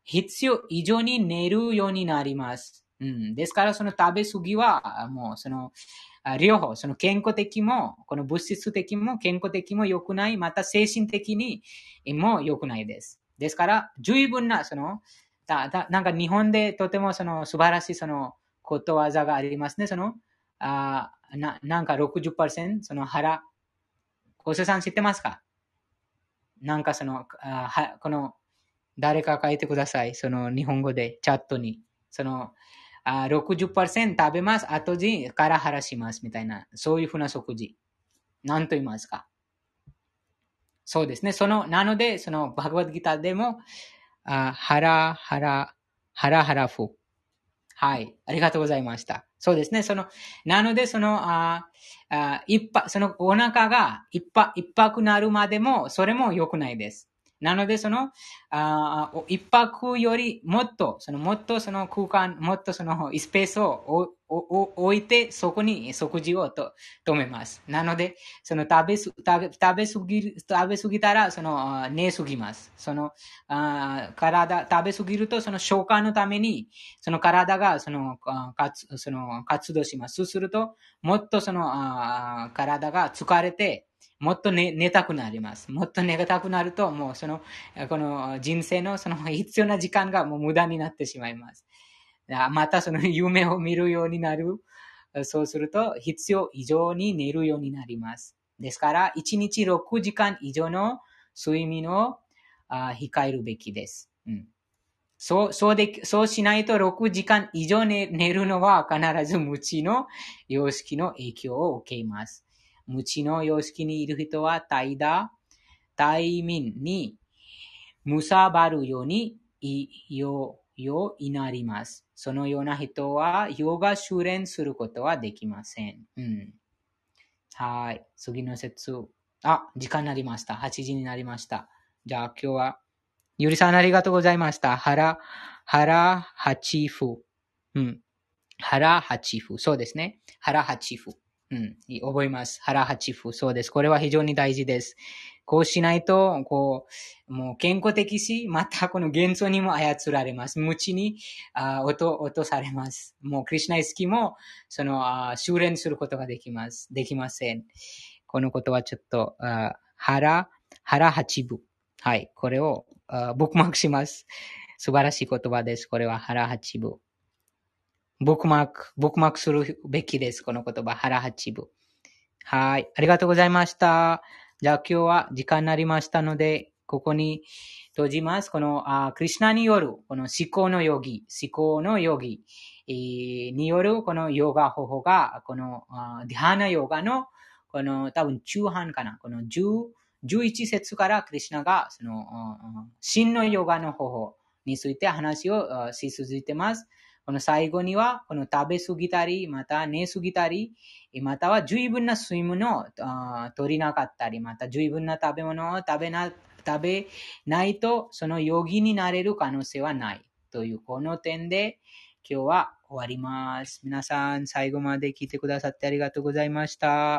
必要以上に寝るようになります。うん、ですから、その食べ過ぎは、もうその、両方、その健康的も、この物質的も健康的も良くない、また精神的にも良くないです。ですから、十分な、その、だだなんか日本でとてもその素晴らしいそのことわざがありますね。その、あななんかろくじゅっパーセント、その腹、おせさん知ってますか？なんかその、あはこの、誰か書いてください。その日本語で、チャットに。その、あろくじゅっパーセント食べます。後にから腹します。みたいな。そういうふうな食事。何と言いますか？そうですね。その、なので、その、バグワッドギターでも、あ腹、腹、腹、腹ふ。はい。ありがとうございました。そうですね。その、なので、その、ああ一泊、そのお腹が一泊、一泊なるまでも、それも良くないです。なので、その、あ一泊よりもっと、その、もっとその空間、もっとそのスペースを置いて、そこに食事をと止めます。なので、その食べす、食べ、食べすぎる、食べすぎたら、その、寝すぎます。その、あ体、食べすぎると、その消化のために、その体が、その、活、その、活動します。そうすると、もっとその、あ体が疲れて、もっと寝、寝たくなります。もっと寝たくなると、もうその、この人生のその必要な時間がもう無駄になってしまいます。またその夢を見るようになる。そうすると、必要以上に寝るようになります。ですから、いちにちろくじかん以上の睡眠を控えるべきです。うん、そう、そうで、そうしないとろくじかん以上寝るのは必ず無知の様式の影響を受けます。無知の様式にいる人は怠惰、怠民に貪るようによよになります。そのような人はヨガ修練することはできません。うん、はい。次の説。あ、時間になりました。はちじになりました。じゃあ今日は、ゆりさんありがとうございました。腹、腹八分。うん。腹八分。そうですね。腹八分。うん。覚えます。腹八分。そうです。これは非常に大事です。こうしないと、こう、もう健康的し、またこの元素にも操られます。無知にあ落と落とされます。もうクリシュナ意識も、その、あ修練することができます。できません。このことはちょっと、あ腹、腹八分。はい。これを、あブックマークします。素晴らしい言葉です。これは腹八分。ブックマーク、ブックマークするべきです。この言葉、腹八分。はい。ありがとうございました。じゃあ今日は時間になりましたので、ここに閉じます。この、あクリシュナによる、この思考のヨギ、思考のヨギ、えー、によるこのヨガ方法が、この、ディハナヨガの、この多分中半かな。このじゅう、じゅういち節からクリシュナが、その、真のヨガの方法について話をし続いてます。この最後には、この食べ過ぎたり、また寝過ぎたり、または十分な睡眠を取りなかったり、また十分な食べ物を食べな、食べないと、そのヨギになれる可能性はない。という、この点で今日は終わります。皆さん、最後まで聞いてくださってありがとうございました。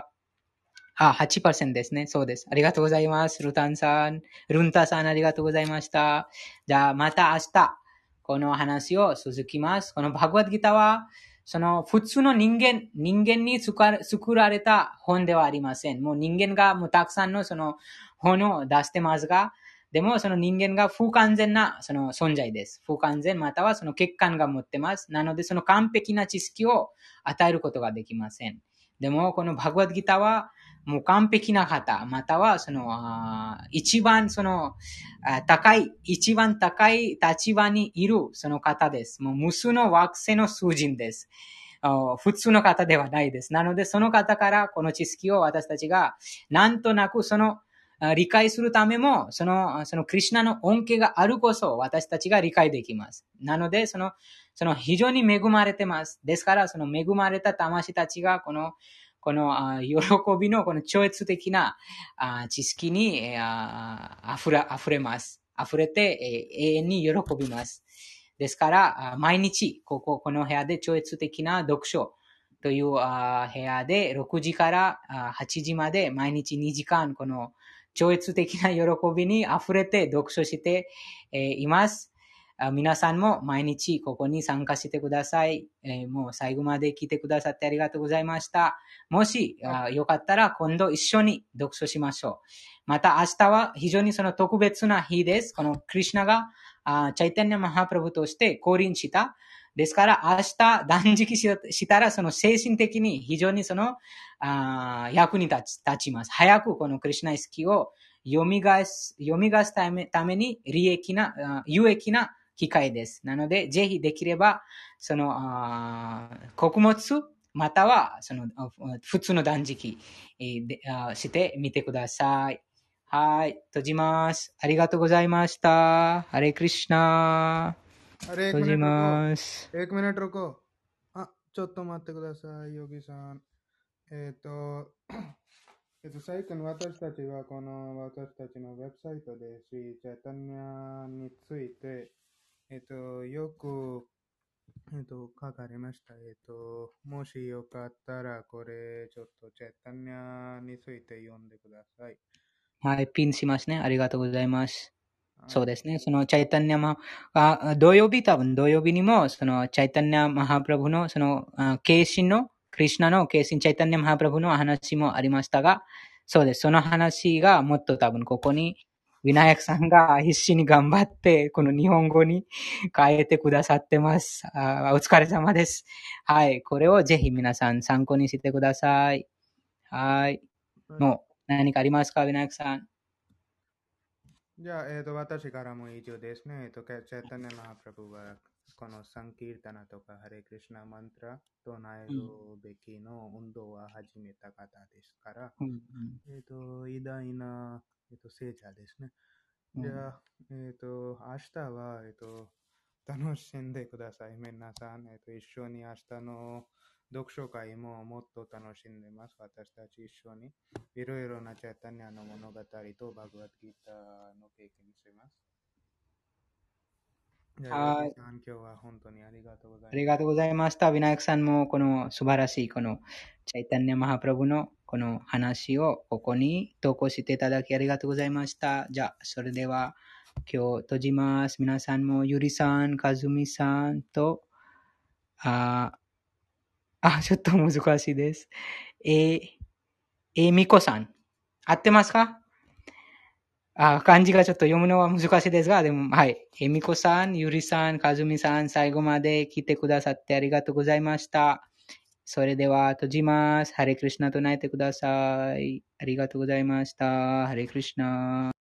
あ、はちパーセント ですね。そうです。ありがとうございます。ルタンさん、ルンタさん、ありがとうございました。じゃあ、また明日、この話を続きます。このバグワッドギターは、その普通の人間、人間に作られた本ではありません。もう人間がもうたくさんのその本を出してますが、でもその人間が不完全なその存在です。不完全またはその欠陥が持ってます。なのでその完璧な知識を与えることができません。でもこのバグワッドギターはもう完璧な方、またはその一番その高い、一番高い立場にいるその方です。もう無数の惑星の数人です。普通の方ではないです。なのでその方からこの知識を私たちがなんとなくその理解するためも、その、そのクリシュナの恩恵があるこそ私たちが理解できます。なので、その、その非常に恵まれてます。ですから、その恵まれた魂たちが、この、この、喜びの、この超越的な知識にあふれ、溢れます。溢れて永遠に喜びます。ですから、毎日、ここ、この部屋で超越的な読書という部屋でろくじからはちじまで毎日にじかん、この超越的な喜びに溢れて読書しています。 あ皆さんも毎日ここに参加してください。えーもう最後まで聞いてくださってありがとうございました。もしあよかったら今度一緒に読書しましょう。また明日は非常にその特別な日です。このクリシュナがあチャイタニャマハプラブとして降臨した。ですから明日断食したらその精神的に非常にそのあ役に立ち立ちます。早くこのクリシュナ意識を蘇す、蘇すためために利益な、有益な機会です。なので、ぜひできれば、その、穀物、または、その、普通の断食、でしてみてください。はい。閉じます。ありがとうございました。ハレクリシュナ。 अरे एक 閉じ मिनट रुको ます。 एक मिनट रुको あちょっと待ってくださいヨギさんえっ、とえっと最近私たちはこの私たちのウェブサイトでシーチャタニアについてえっ、とよくえっ、と書かれましたえっ、ともしよかったらこれちょっとチャタニアについて読んでください。 はい、ピンしますね。ありがとうございます。そうですね。そのチャイタニャマ、あ土曜日多分土曜日にも、そのチャイタニャマハプラブの、その、ケイシンの、クリシュナのケイシンチャイタニャマハプラブの話もありましたが、そうです。その話がもっと多分ここに、ウィナヤクさんが必死に頑張って、この日本語に変えてくださってます。あお疲れ様です。はい。これをぜひ皆さん参考にしてください。はい。もう何かありますか、ウィナヤクさん。 じゃあ、えっ、と、私からも以上ですね。えっ、と、チャイタニャマハプラブは、このサンキータナとかハレクリシュナマントラ唱えるべきの運動は始めた方ですから、 うんうん、 えっ、と、偉大な、えっ、と、聖者ですね。じゃあ、えっ、と、明日は、えっ、と、楽しんでください。皆さん、えっ、と、一緒に明日の読書会ももっと楽しんでます。私たち一緒に。いろいろなチャイタニアの物語とバグワッドギーターの経験します。じゃあ、ヨギさん、今日は本当にありがとうございます。 ありがとうございました。ヴィナヤクさんもこの素晴らしいこのチャイタニャマハプラブのこの話をここに投稿していただきありがとうございました。じゃあ、それでは今日閉じます。皆さんもゆりさん、かずみさんと、あ、あ、ちょっと難しいです。え、えみこさん。合ってますか？あ、漢字がちょっと読むのは難しいですが、でも、はい。えみこさん、ゆりさん、かずみさん、最後まで来てくださってありがとうございました。それでは閉じます。ハレクリシナ唱えてください。ありがとうございました。ハレクリシナ。